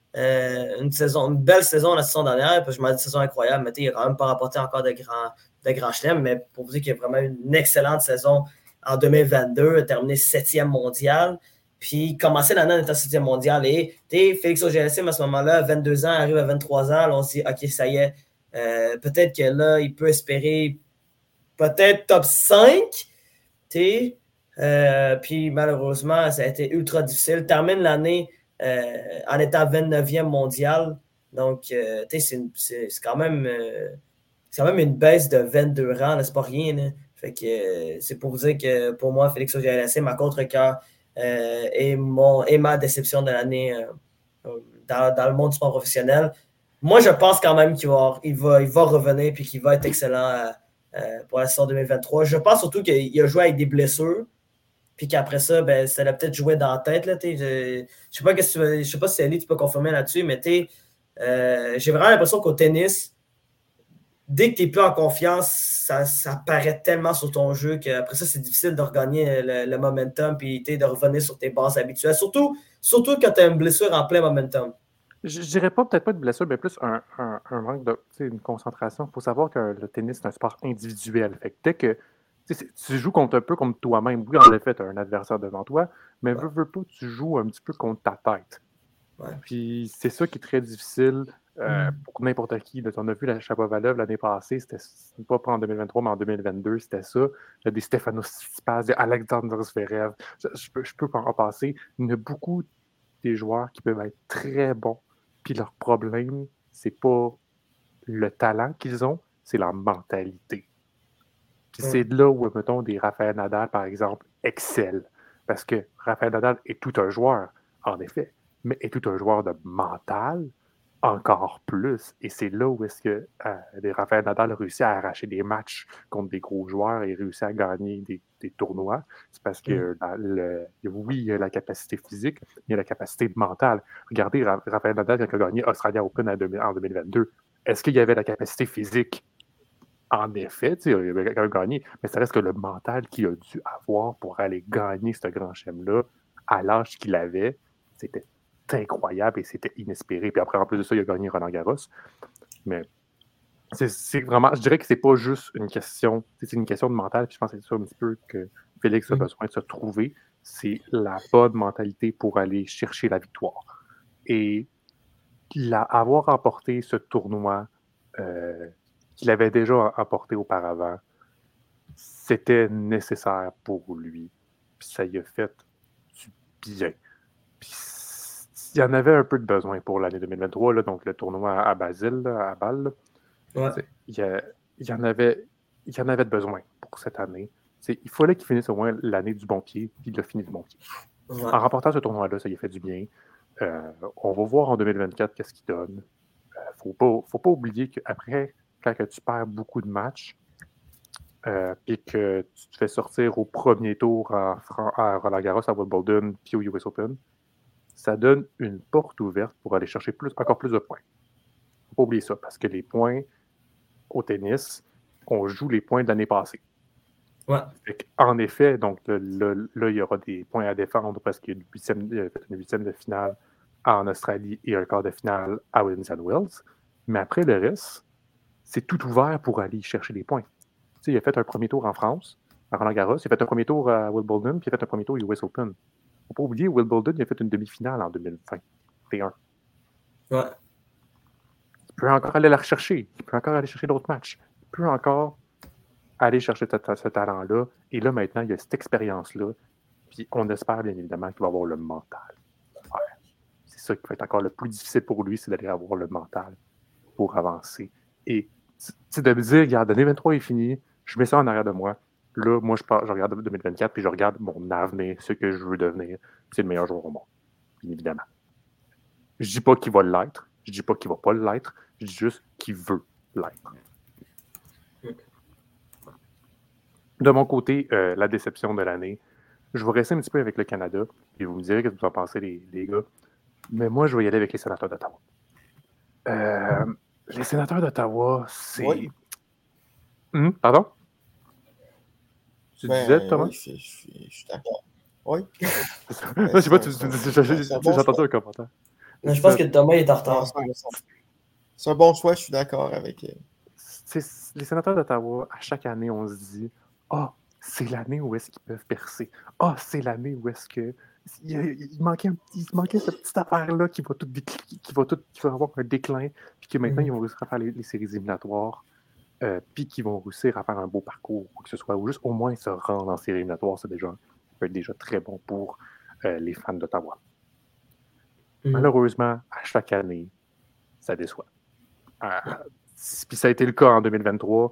une belle saison la saison dernière. Puis je m'en dis une saison incroyable, mais il n'a quand même pas remporté encore de grands chelems. Mais pour vous dire qu'il y a vraiment une excellente saison en 2022, a terminé 7e mondial. Puis, commencer l'année en étant 7e mondial. Et Félix Auger-Aliassime, à ce moment-là, 22 ans, arrive à 23 ans. Là, on se dit, OK, ça y est, peut-être que là, il peut espérer peut-être top 5. Puis, malheureusement, ça a été ultra difficile. Il termine l'année en étant 29e mondial. Donc, c'est quand même une baisse de 22 rangs. C'est pas rien. Là. Fait que c'est pour vous dire que pour moi, Félix Auger-Aliassime, à contre-cœur, et ma déception de l'année dans le monde du sport professionnel. Moi, je pense quand même qu'il va revenir et qu'il va être excellent pour la saison 2023. Je pense surtout qu'il a joué avec des blessures puis qu'après ça, ça l'a peut-être joué dans la tête. Là, je sais pas si Ali, tu peux confirmer là-dessus, mais j'ai vraiment l'impression qu'au tennis, dès que tu n'es plus en confiance, ça paraît tellement sur ton jeu qu'après ça, c'est difficile de regagner le momentum et de revenir sur tes bases habituelles. Surtout quand tu as une blessure en plein momentum. Je dirais peut-être pas de blessure, mais plus un manque de une concentration. Il faut savoir que le tennis, c'est un sport individuel. Fait que dès que tu joues un peu comme toi-même, oui, en effet, tu as un adversaire devant toi, mais veux pas, tu joues un petit peu contre ta tête. Ouais. Puis c'est ça qui est très difficile Pour n'importe qui. Là, on a vu la Shapovalov l'année passée, c'était pas en 2023, mais en 2022, c'était ça. Il y a des Stefanos Tsitsipas, des Alexander Zverev. Je peux pas en passer. Il y a beaucoup des joueurs qui peuvent être très bons. Puis leur problème, c'est pas le talent qu'ils ont, c'est leur mentalité. Puis c'est de là où, mettons, des Rafael Nadal, par exemple, excellent. Parce que Rafael Nadal est tout un joueur, en effet, mais est tout un joueur de mental encore plus. Et c'est là où est-ce que Rafael Nadal réussit à arracher des matchs contre des gros joueurs et réussit à gagner des tournois. C'est parce que, oui, il y a la capacité physique, mais il y a la capacité mentale. Regardez Rafael Nadal quand il a gagné Australia Open en 2022. Est-ce qu'il y avait la capacité physique? En effet, il avait quand même gagné, mais ça reste que le mental qu'il a dû avoir pour aller gagner ce grand chelem-là à l'âge qu'il avait, c'était incroyable et c'était inespéré. Puis après, en plus de ça, il a gagné Roland-Garros. Mais c'est vraiment, je dirais que c'est pas juste une question, c'est une question de mental. Puis je pense que c'est ça un petit peu que Félix a besoin de se trouver. C'est la bonne mentalité pour aller chercher la victoire. Et avoir remporté ce tournoi qu'il avait déjà emporté auparavant, c'était nécessaire pour lui. Puis ça y a fait du bien. Puis il y en avait un peu de besoin pour l'année 2023, là, donc le tournoi à Basile, là, à Bâle. Ouais. Il y en avait de besoin pour cette année. Il fallait qu'il finisse au moins l'année du bon pied, puis il a fini du bon pied. Ouais. En remportant ce tournoi-là, ça y a fait du bien. On va voir en 2024 qu'est-ce qu'il donne. Faut pas oublier qu'après, quand tu perds beaucoup de matchs, puis que tu te fais sortir au premier tour à Roland-Garros, à Wimbledon, puis au US Open, ça donne une porte ouverte pour aller chercher encore plus de points. Faut pas oublier ça, parce que les points au tennis, on joue les points de l'année passée. Ouais. En effet, donc là, il y aura des points à défendre parce qu'il y a une huitième de finale en Australie et un quart de finale à Williams & Wells. Mais après, le reste, c'est tout ouvert pour aller chercher des points. Tu sais, il a fait un premier tour en France, à Roland-Garros, il a fait un premier tour à Wimbledon, puis il a fait un premier tour US Open. Il ne faut pas oublier, Wimbledon, il a fait une demi-finale en 2021. Ouais. Il peut encore aller la rechercher. Il peut encore aller chercher d'autres matchs. Il peut encore aller chercher ce talent-là. Et là, maintenant, il y a cette expérience-là. Puis on espère, bien évidemment, qu'il va avoir le mental. C'est ça qui va être encore le plus difficile pour lui, c'est d'aller avoir le mental pour avancer. Et de me dire, regarde, 2023 est fini, je mets ça en arrière de moi. Là, moi, je regarde 2024, puis je regarde mon avenir, ce que je veux devenir. C'est le meilleur joueur au monde, bien évidemment. Je dis pas qu'il va l'être, je dis pas qu'il va pas l'être, je dis juste qu'il veut l'être. De mon côté, la déception de l'année, je vais rester un petit peu avec le Canada, et vous me direz ce que vous en pensez, les gars. Mais moi, je vais y aller avec les sénateurs d'Ottawa. Les sénateurs d'Ottawa, c'est... Oui. Pardon? Tu disais, Thomas? Oui, je suis d'accord. Oui. Non, je sais pas, j'ai entendu un commentaire. Non, je pense que Thomas est en retard. C'est un bon choix, je suis d'accord avec. Les sénateurs d'Ottawa, à chaque année, on se dit c'est l'année où est-ce qu'ils peuvent percer. C'est l'année où est-ce que. Il manquait cette petite affaire-là qui va avoir un déclin, puis que maintenant, ils vont réussir à faire les séries éliminatoires, puis qu'ils vont réussir à faire un beau parcours, ou que ce soit, ou juste au moins se rendre en séries éliminatoires, ça peut être déjà très bon pour les fans d'Ottawa. Malheureusement, à chaque année, ça déçoit. Puis ça a été le cas en 2023.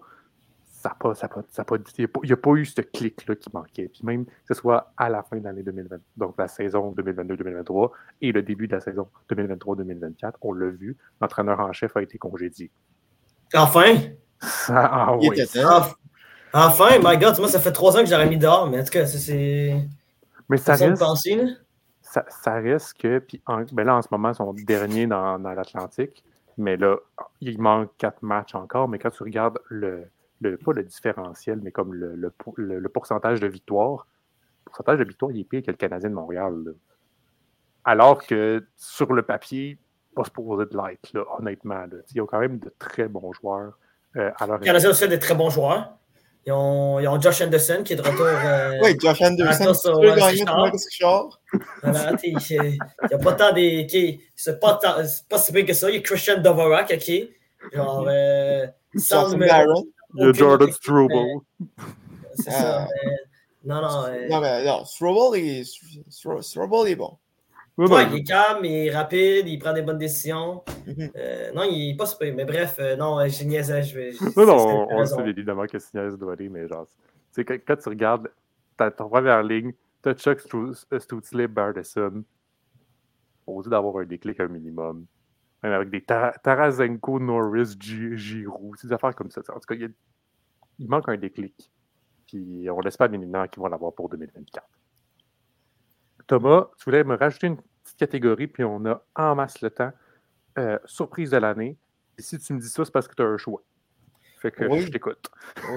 Il n'y a pas eu ce clic-là qui manquait. Puis même que ce soit à la fin de l'année 2020, donc la saison 2022-2023 et le début de la saison 2023-2024, on l'a vu, l'entraîneur en chef a été congédié. Enfin! Oui. Enfin, my God, moi ça fait 3 ans que j'aurais mis dehors, mais en tout cas, c'est... Mais ça reste... penser, là. Ça reste que... Puis là, en ce moment, ils sont derniers dans l'Atlantique, mais là, il manque 4 matchs encore, mais quand tu regardes pas le différentiel, mais comme le pourcentage de victoire. Le pourcentage de victoire, il est pire que le Canadien de Montréal. Là. Alors que sur le papier, pas supposé de l'être, là, honnêtement. Là. Il y a quand même de très bons joueurs. Le Canadien aussi a de très bons joueurs. Ils ont Josh Anderson qui est de retour. Oui, Josh Anderson, sur tu veux Marcus gagner pour Marcus Richard. Voilà, il n'y a pas tant des. C'est pas si pire que ça. Il y a Christian Dvorak, OK. Genre, sans Jackson numéro. Barron. Il y a Aucune Jordan autre équipe, Struble. c'est ça. Mais, non. Non, mais non, Strobel est bon. Ouais, il est calme, il est rapide, il prend des bonnes décisions. Mm-hmm. Non, il est pas super. Mais bref, non, j'ai niaisé. Non, on le sait évidemment que Signez doit aller, mais genre, tu sais, quand tu regardes ta première ligne, t'as Chuck Stutzle, Bardeson, osé d'avoir un déclic un minimum. Même avec des Tarasenko, Norris, Giroux, des affaires comme ça. En tout cas, il manque un déclic. Puis on laisse pas l'éminent qu'ils vont l'avoir pour 2024. Thomas, tu voulais me rajouter une petite catégorie, puis on a en masse le temps. Surprise de l'année. Et si tu me dis ça, c'est parce que tu as un choix. Fait que je t'écoute. Oui.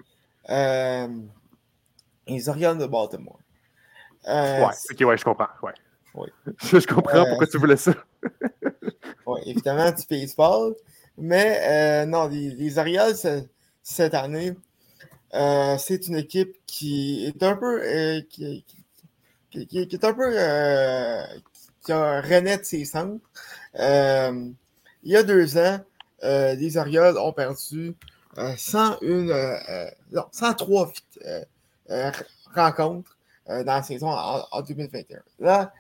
Les Orioles de Baltimore. Ouais, je comprends. Ouais. Oui. Je comprends pourquoi tu voulais ça. Oui, évidemment, du baseball. Mais non, les Orioles, cette année, c'est une équipe qui est un peu. Qui est un peu. Qui a renaît de ses cendres. Il y a 2 ans, les Orioles ont perdu 103 rencontres dans la saison en 2021. Là,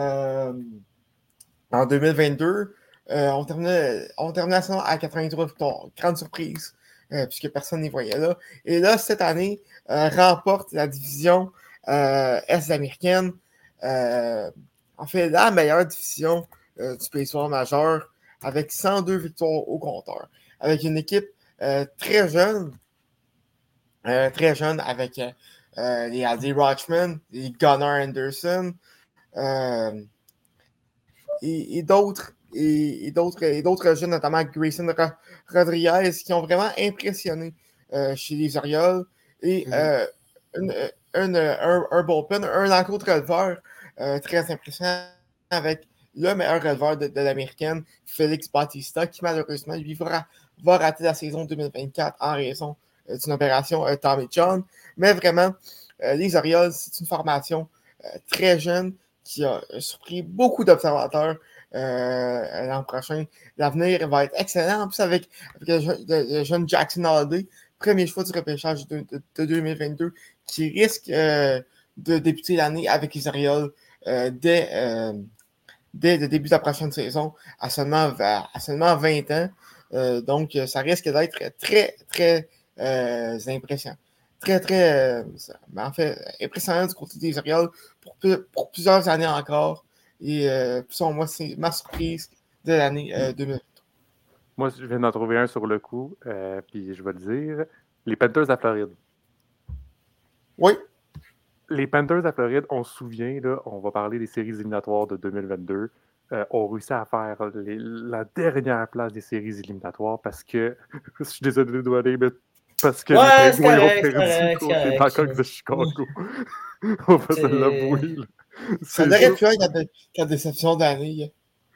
en 2022, on terminait la saison à 83 victoires. Grande surprise, puisque personne n'y voyait là. Et là, cette année, remporte la division Est américaine. En fait, la meilleure division du baseball majeur, avec 102 victoires au compteur. Avec une équipe très jeune avec les Adley Rutschman, les Gunnar Anderson et d'autres jeunes, notamment Grayson Rodriguez, qui ont vraiment impressionné chez les Orioles. Et un bullpen, un enclos releveur très impressionnant avec le meilleur releveur de l'américaine, Félix Bautista, qui malheureusement, lui, va rater la saison 2024 en raison d'une opération Tommy John. Mais vraiment, les Orioles, c'est une formation très jeune qui a surpris beaucoup d'observateurs l'an prochain. L'avenir va être excellent. En plus, avec le jeune Jackson Holiday, premier choix du repêchage de 2022, qui risque de débuter l'année avec les Orioles dès le début de la prochaine saison, à seulement 20 ans. Donc, ça risque d'être très, très impressionnant. En fait, impressionnant du côté des Orioles pour plusieurs années encore. Et selon moi, c'est ma surprise de l'année 2023. Moi, je viens d'en trouver un sur le coup, puis je vais le dire. Les Panthers à Floride. Oui. Les Panthers à Floride, on se souvient, là, on va parler des séries éliminatoires de 2022. On réussit à faire la dernière place des séries éliminatoires parce que, je suis désolé de donner, mais parce que les Penguins ont perdu contre les Blackhawks de Chicago. On va se l'avouer. Ça aurait pu être la déception d'année.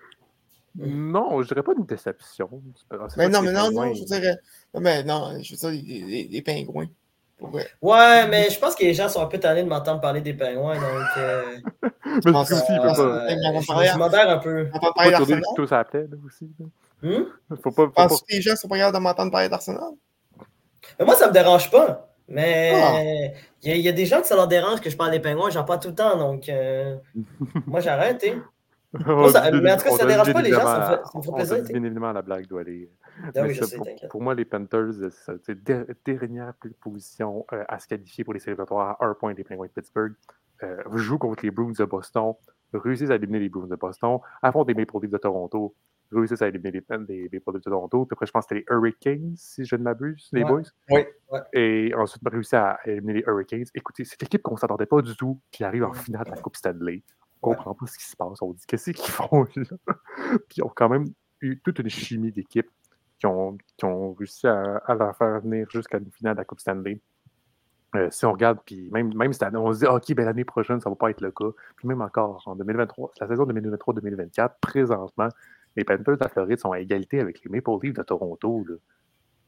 Non, je dirais pas une déception. Mais non, je dirais. Mais non, je veux dire, les Pingouins. Ouais, mais je pense que les gens sont un peu tannés de m'entendre parler des Pingouins, donc. Mais aussi, il veut pas. Je modère un peu. On va parler d'Arsenal. Tout ça plaît, là, aussi. Penses-tu que les gens sont pas capables de m'entendre parler d'Arsenal? Mais moi, ça me dérange pas. Mais il y a des gens que ça leur dérange que je parle des Pingouins, j'en parle tout le temps, donc moi j'arrête, hein. Mais en tout cas, ça ne dérange pas les gens, ça me fait plaisir. Bien évidemment, la blague doit aller. Oui, pour moi, les Panthers, c'est dernière position à se qualifier pour les séries éliminatoires à 1 point des Penguins de Pittsburgh. Jouent contre les Bruins de Boston, réussissent à éliminer les Bruins de Boston, affrontent les Maple Leafs de Toronto, réussissent à éliminer les Maple Leafs de Toronto. Puis après, je pense que c'était les Hurricanes, si je ne m'abuse, les boys. Oui. Et ensuite, réussi à éliminer les Hurricanes. Écoutez, c'est l'équipe qu'on ne s'attendait pas du tout qui arrive en finale de la Coupe Stanley. On ne comprend pas ce qui se passe. On dit qu'est-ce qu'ils font là? Puis ils ont quand même eu toute une chimie d'équipe qui ont réussi à leur faire venir jusqu'à une finale de la Coupe Stanley. Si on regarde, puis même cette année, on se dit OK, ben l'année prochaine, ça ne va pas être le cas. Puis même encore, en 2023, la saison 2023-2024, présentement, les Panthers de la Floride sont à égalité avec les Maple Leafs de Toronto. Là.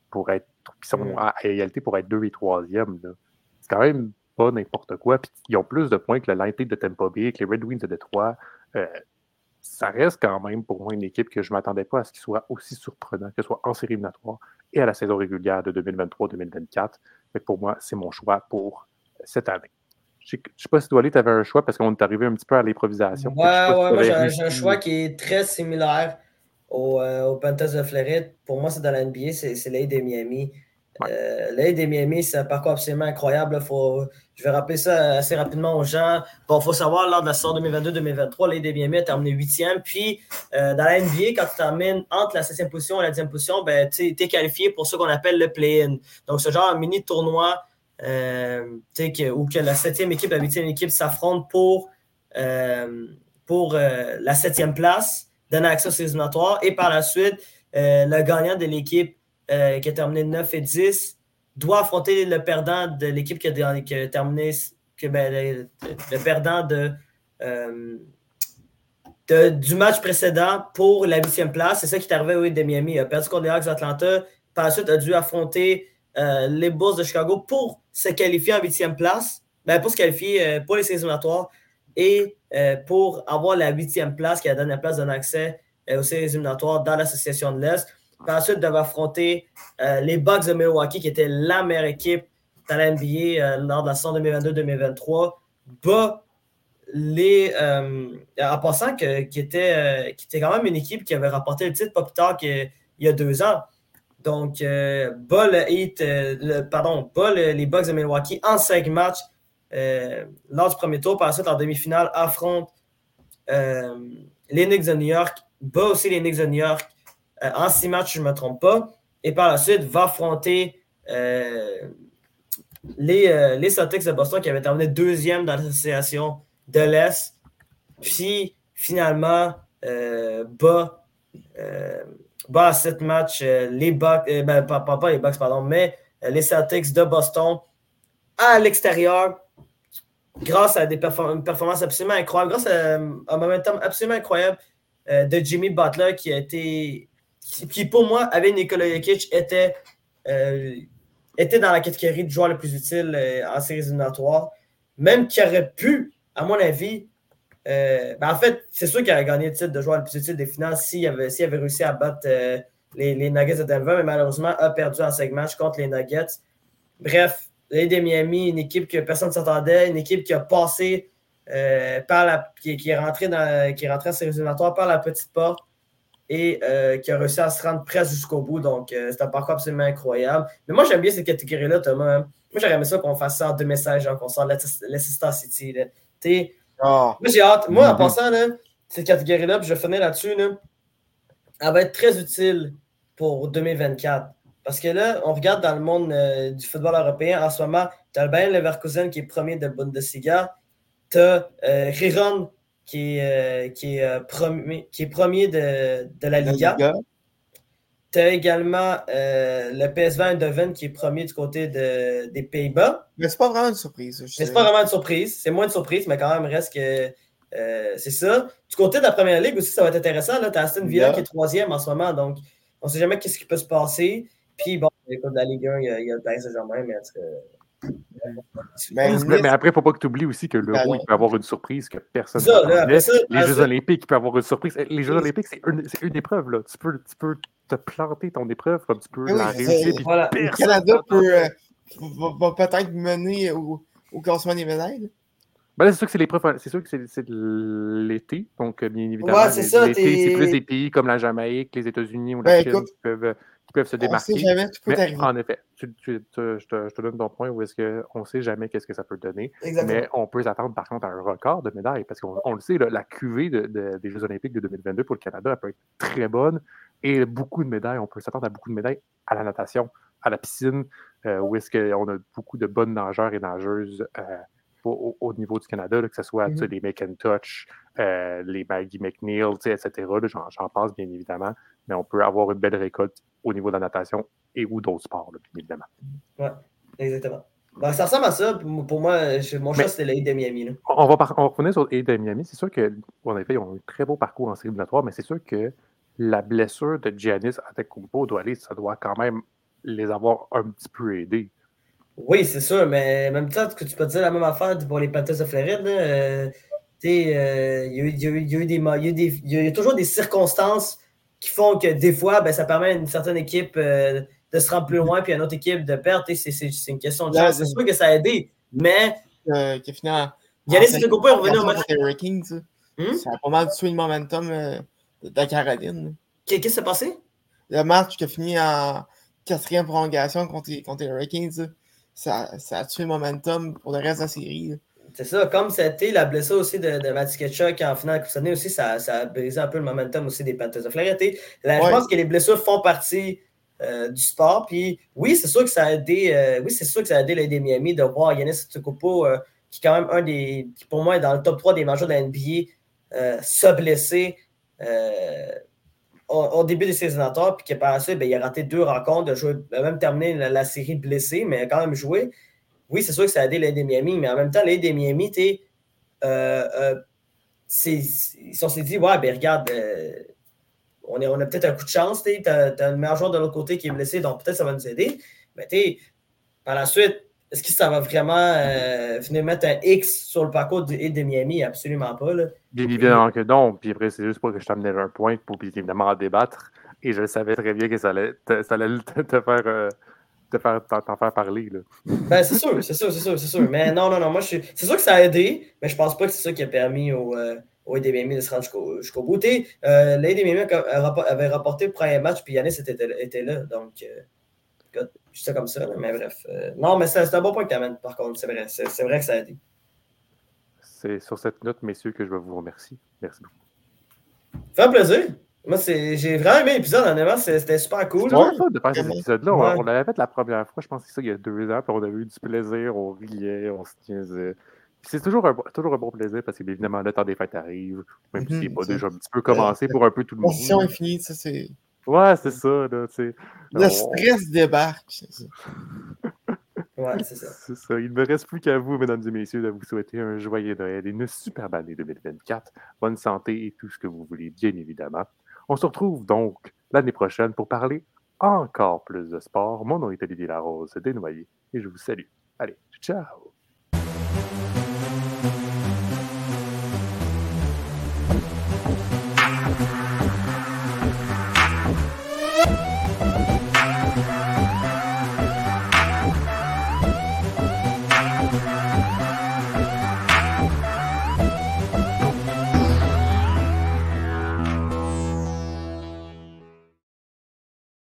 qui sont à égalité pour être 2 et 3e. Là. C'est quand même pas n'importe quoi. Puis ils ont plus de points que le Lightning de Tampa Bay, que les Red Wings de Détroit. Ça reste quand même pour moi une équipe que je ne m'attendais pas à ce qu'il soit aussi surprenant, que ce soit en série éliminatoire et à la saison régulière de 2023-2024. Mais pour moi, c'est mon choix pour cette année. Je ne sais pas si Doualé, tu avais un choix parce qu'on est arrivé un petit peu à l'improvisation. Moi j'ai un choix qui est très similaire au Panthers de Floride. Pour moi, c'est dans la NBA, c'est l'Aide de Miami. Ouais. L'Aide de Miami, c'est un parcours absolument incroyable. Je vais rappeler ça assez rapidement aux gens. Bon, il faut savoir, lors de la saison 2022-2023, l'Aide de Miami a terminé 8e. Puis, dans la NBA, quand tu termines entre la 7e position et la 10e position, ben, tu es qualifié pour ce qu'on appelle le play-in. Donc, ce genre de mini-tournoi où que la 7e équipe et la 8e équipe s'affrontent pour la 7e place, donner accès aux éliminatoires. Et par la suite, le gagnant de l'équipe qui a terminé 9 et 10 doit affronter le perdant de l'équipe qui a terminé le perdant du match précédent pour la 8e place. C'est ça qui est arrivé au Heat de Miami. Il a perdu contre les Hawks d'Atlanta. Par la suite, a dû affronter les Bulls de Chicago pour se qualifier en 8e place, pour se qualifier pour les éliminatoires et pour avoir la 8e place qui a donné la place d'un accès aux séries éliminatoires dans l'association de l'Est. Par la suite, il devait affronter les Bucks de Milwaukee, qui étaient la meilleure équipe dans la NBA lors de la saison 2022-2023. En passant, qui était quand même une équipe qui avait remporté le titre pas plus tard qu'il y a 2 ans. Donc, les Bucks de Milwaukee en 5 matchs lors du premier tour. Par la suite, en demi-finale, affronte les Knicks de New York, bat aussi les Knicks de New York en 6 matchs, si je ne me trompe pas. Et par la suite, va affronter les Celtics de Boston qui avaient terminé 2e dans l'association de l'Est. Puis, finalement, bat à 7 matchs les Bucks, pas les Bucks, pardon, mais les Celtics de Boston à l'extérieur grâce à une performance absolument incroyable, grâce à un momentum absolument incroyable de Jimmy Butler qui pour moi, avec Nikola Jokic, était dans la catégorie de joueur le plus utile en séries éliminatoires. Même qui aurait pu, à mon avis, en fait, c'est sûr qu'il aurait gagné le titre de joueur le plus utile des finales s'il avait réussi à battre les Nuggets de Denver, mais malheureusement a perdu en 5 matchs contre les Nuggets. Bref, les de Miami, une équipe que personne ne s'attendait, une équipe qui a passé qui est rentrée en séries éliminatoires par la petite porte et qui a réussi à se rendre presque jusqu'au bout. Donc, c'est un parcours absolument incroyable. Mais moi, j'aime bien cette catégorie-là, Thomas. Moi, j'aurais aimé ça qu'on fasse ça en 2 messages, qu'on sorte Leicester City. Moi, j'ai hâte. Moi, en passant, là, cette catégorie-là, puis je vais finir là-dessus, là, elle va être très utile pour 2024. Parce que là, on regarde dans le monde du football européen, en ce moment, tu as le Bayern Leverkusen qui est premier de Bundesliga, tu as Riron qui est premier de la Liga. Tu as également le PSV Eindhoven qui est premier du côté des Pays-Bas. Mais c'est pas vraiment une surprise. C'est pas vraiment une surprise. C'est moins une surprise, mais quand même, reste que c'est ça. Du côté de la Première Ligue aussi, ça va être intéressant. Tu as Aston Villa qui est 3e en ce moment, donc on ne sait jamais ce qui peut se passer. Puis bon, écoute, dans la Ligue 1, il y a le Paris Saint-Germain, mais en tout cas... Mais après, il ne faut pas que tu oublies aussi que l'Euro, il peut avoir une surprise que personne ne s'attendait. Les Jeux Olympiques, il peut avoir une surprise. Les Jeux Olympiques, c'est une épreuve. Là. Tu peux te planter ton épreuve comme tu peux la réussir. Le Canada va peut-être mener au classement des médailles. Ben là, c'est sûr que c'est l'épreuve, c'est sûr que c'est l'été, donc bien évidemment, l'été, c'est plus des pays comme la Jamaïque, les États-Unis ou la Chine qui peuvent se démarquer. On sait jamais, tout peut mais arriver. en effet, je te donne ton point où est-ce qu'on ne sait jamais qu'est-ce que ça peut donner. Exactement. Mais on peut s'attendre par contre à un record de médailles, parce qu'on le sait, la cuvée des Jeux Olympiques de 2022 pour le Canada, elle peut être très bonne, et beaucoup de médailles, on peut s'attendre à beaucoup de médailles à la natation, à la piscine, où est-ce qu'on a beaucoup de bonnes nageurs et nageuses au niveau du Canada, là, que ce soit les McIntosh, les Maggie McNeil, etc. Là, j'en passe bien évidemment, mais on peut avoir une belle récolte au niveau de la natation et ou d'autres sports, là, bien évidemment. Oui, exactement. Ben, ça ressemble à ça. Pour moi, mon choix, c'était le Heat de Miami. Là. On va revenir sur le Heat de Miami. C'est sûr qu'en effet, ils ont un très beau parcours en série éliminatoire, mais c'est sûr que la blessure de Giannis Antetokounmpo ça doit quand même les avoir un petit peu aidés. Oui, c'est sûr, mais en même temps, que tu peux dire la même affaire pour les Panthers de Floride. Il y a toujours des circonstances qui font que des fois, ben, ça permet à une certaine équipe de se rendre plus loin, puis à une autre équipe de perdre. C'est une question de chance. C'est sûr que ça a aidé, mais. Qui a fini en. Yannis Antetokounmpo est revenu au match. Les Kings, ça a pas mal tué le momentum de la Caroline. Qu'est-ce qui s'est passé? Le match qui a fini en 4e prolongation contre les Hurricanes, ça a tué le momentum pour le reste de la série. C'est ça, comme c'était la blessure aussi de Matty Tkachuk en finale de Coupe Stanley aussi, ça a brisé un peu le momentum aussi des Panthers de Floride. Je pense que les blessures font partie du sport. Puis oui, c'est sûr que ça a aidé. L'AD Miami de voir Yannis Antetokounmpo, qui est quand même qui pour moi est dans le top 3 des majeurs de la NBA, se blesser au début des saisonnateurs, puis que par la suite, il a raté 2 rencontres, il a même terminé la série blessé, mais il a quand même joué. Oui, c'est sûr que ça a aidé l'AD Miami, mais en même temps, l'AD Miami, on s'est dit, ouais, ben regarde, on a peut-être un coup de chance, t'as le meilleur joueur de l'autre côté qui est blessé, donc peut-être ça va nous aider. Mais par la suite, est-ce que ça va vraiment venir mettre un X sur le parcours de Miami? Absolument pas. Là. Bien évidemment que non. Puis après, c'est juste pour que je t'amène un point pour bien évidemment en débattre. Et je savais très bien que ça allait te faire t'en faire parler. Là. Ben, c'est sûr. Mais non, moi, c'est sûr que ça a aidé, mais je pense pas que c'est ça qui a permis au AD Miami de se rendre jusqu'au bout. L'AD Miami avait rapporté le premier match, puis Yannis était là, donc je sais comme ça, là, mais bref. Non, mais c'est un bon point que tu amènes, par contre, c'est vrai. C'est vrai que ça a aidé. C'est sur cette note, messieurs, que je vais vous remercier. Merci beaucoup. Ça fait plaisir. Moi, j'ai vraiment aimé l'épisode, honnêtement, c'était super cool. C'est fun de faire cet épisode-là. Ouais. On l'avait fait la première fois, je pense que c'est ça, il y a 2 ans, puis on avait eu du plaisir, on riait, on se niaisait. Puis c'est toujours un bon plaisir parce que, évidemment, le temps des fêtes arrive, même si c'est pas déjà un petit peu commencé pour un peu tout le monde. La session est finie, ça, c'est. Ouais, c'est ça, là, tu sais. Le stress débarque. Ouais, c'est ça. C'est ça. Il ne me reste plus qu'à vous, mesdames et messieurs, de vous souhaiter un joyeux Noël et une superbe année 2024. Bonne santé et tout ce que vous voulez, bien évidemment. On se retrouve donc l'année prochaine pour parler encore plus de sport. Mon nom est Olivier Larose Desnoyers et je vous salue. Allez, ciao!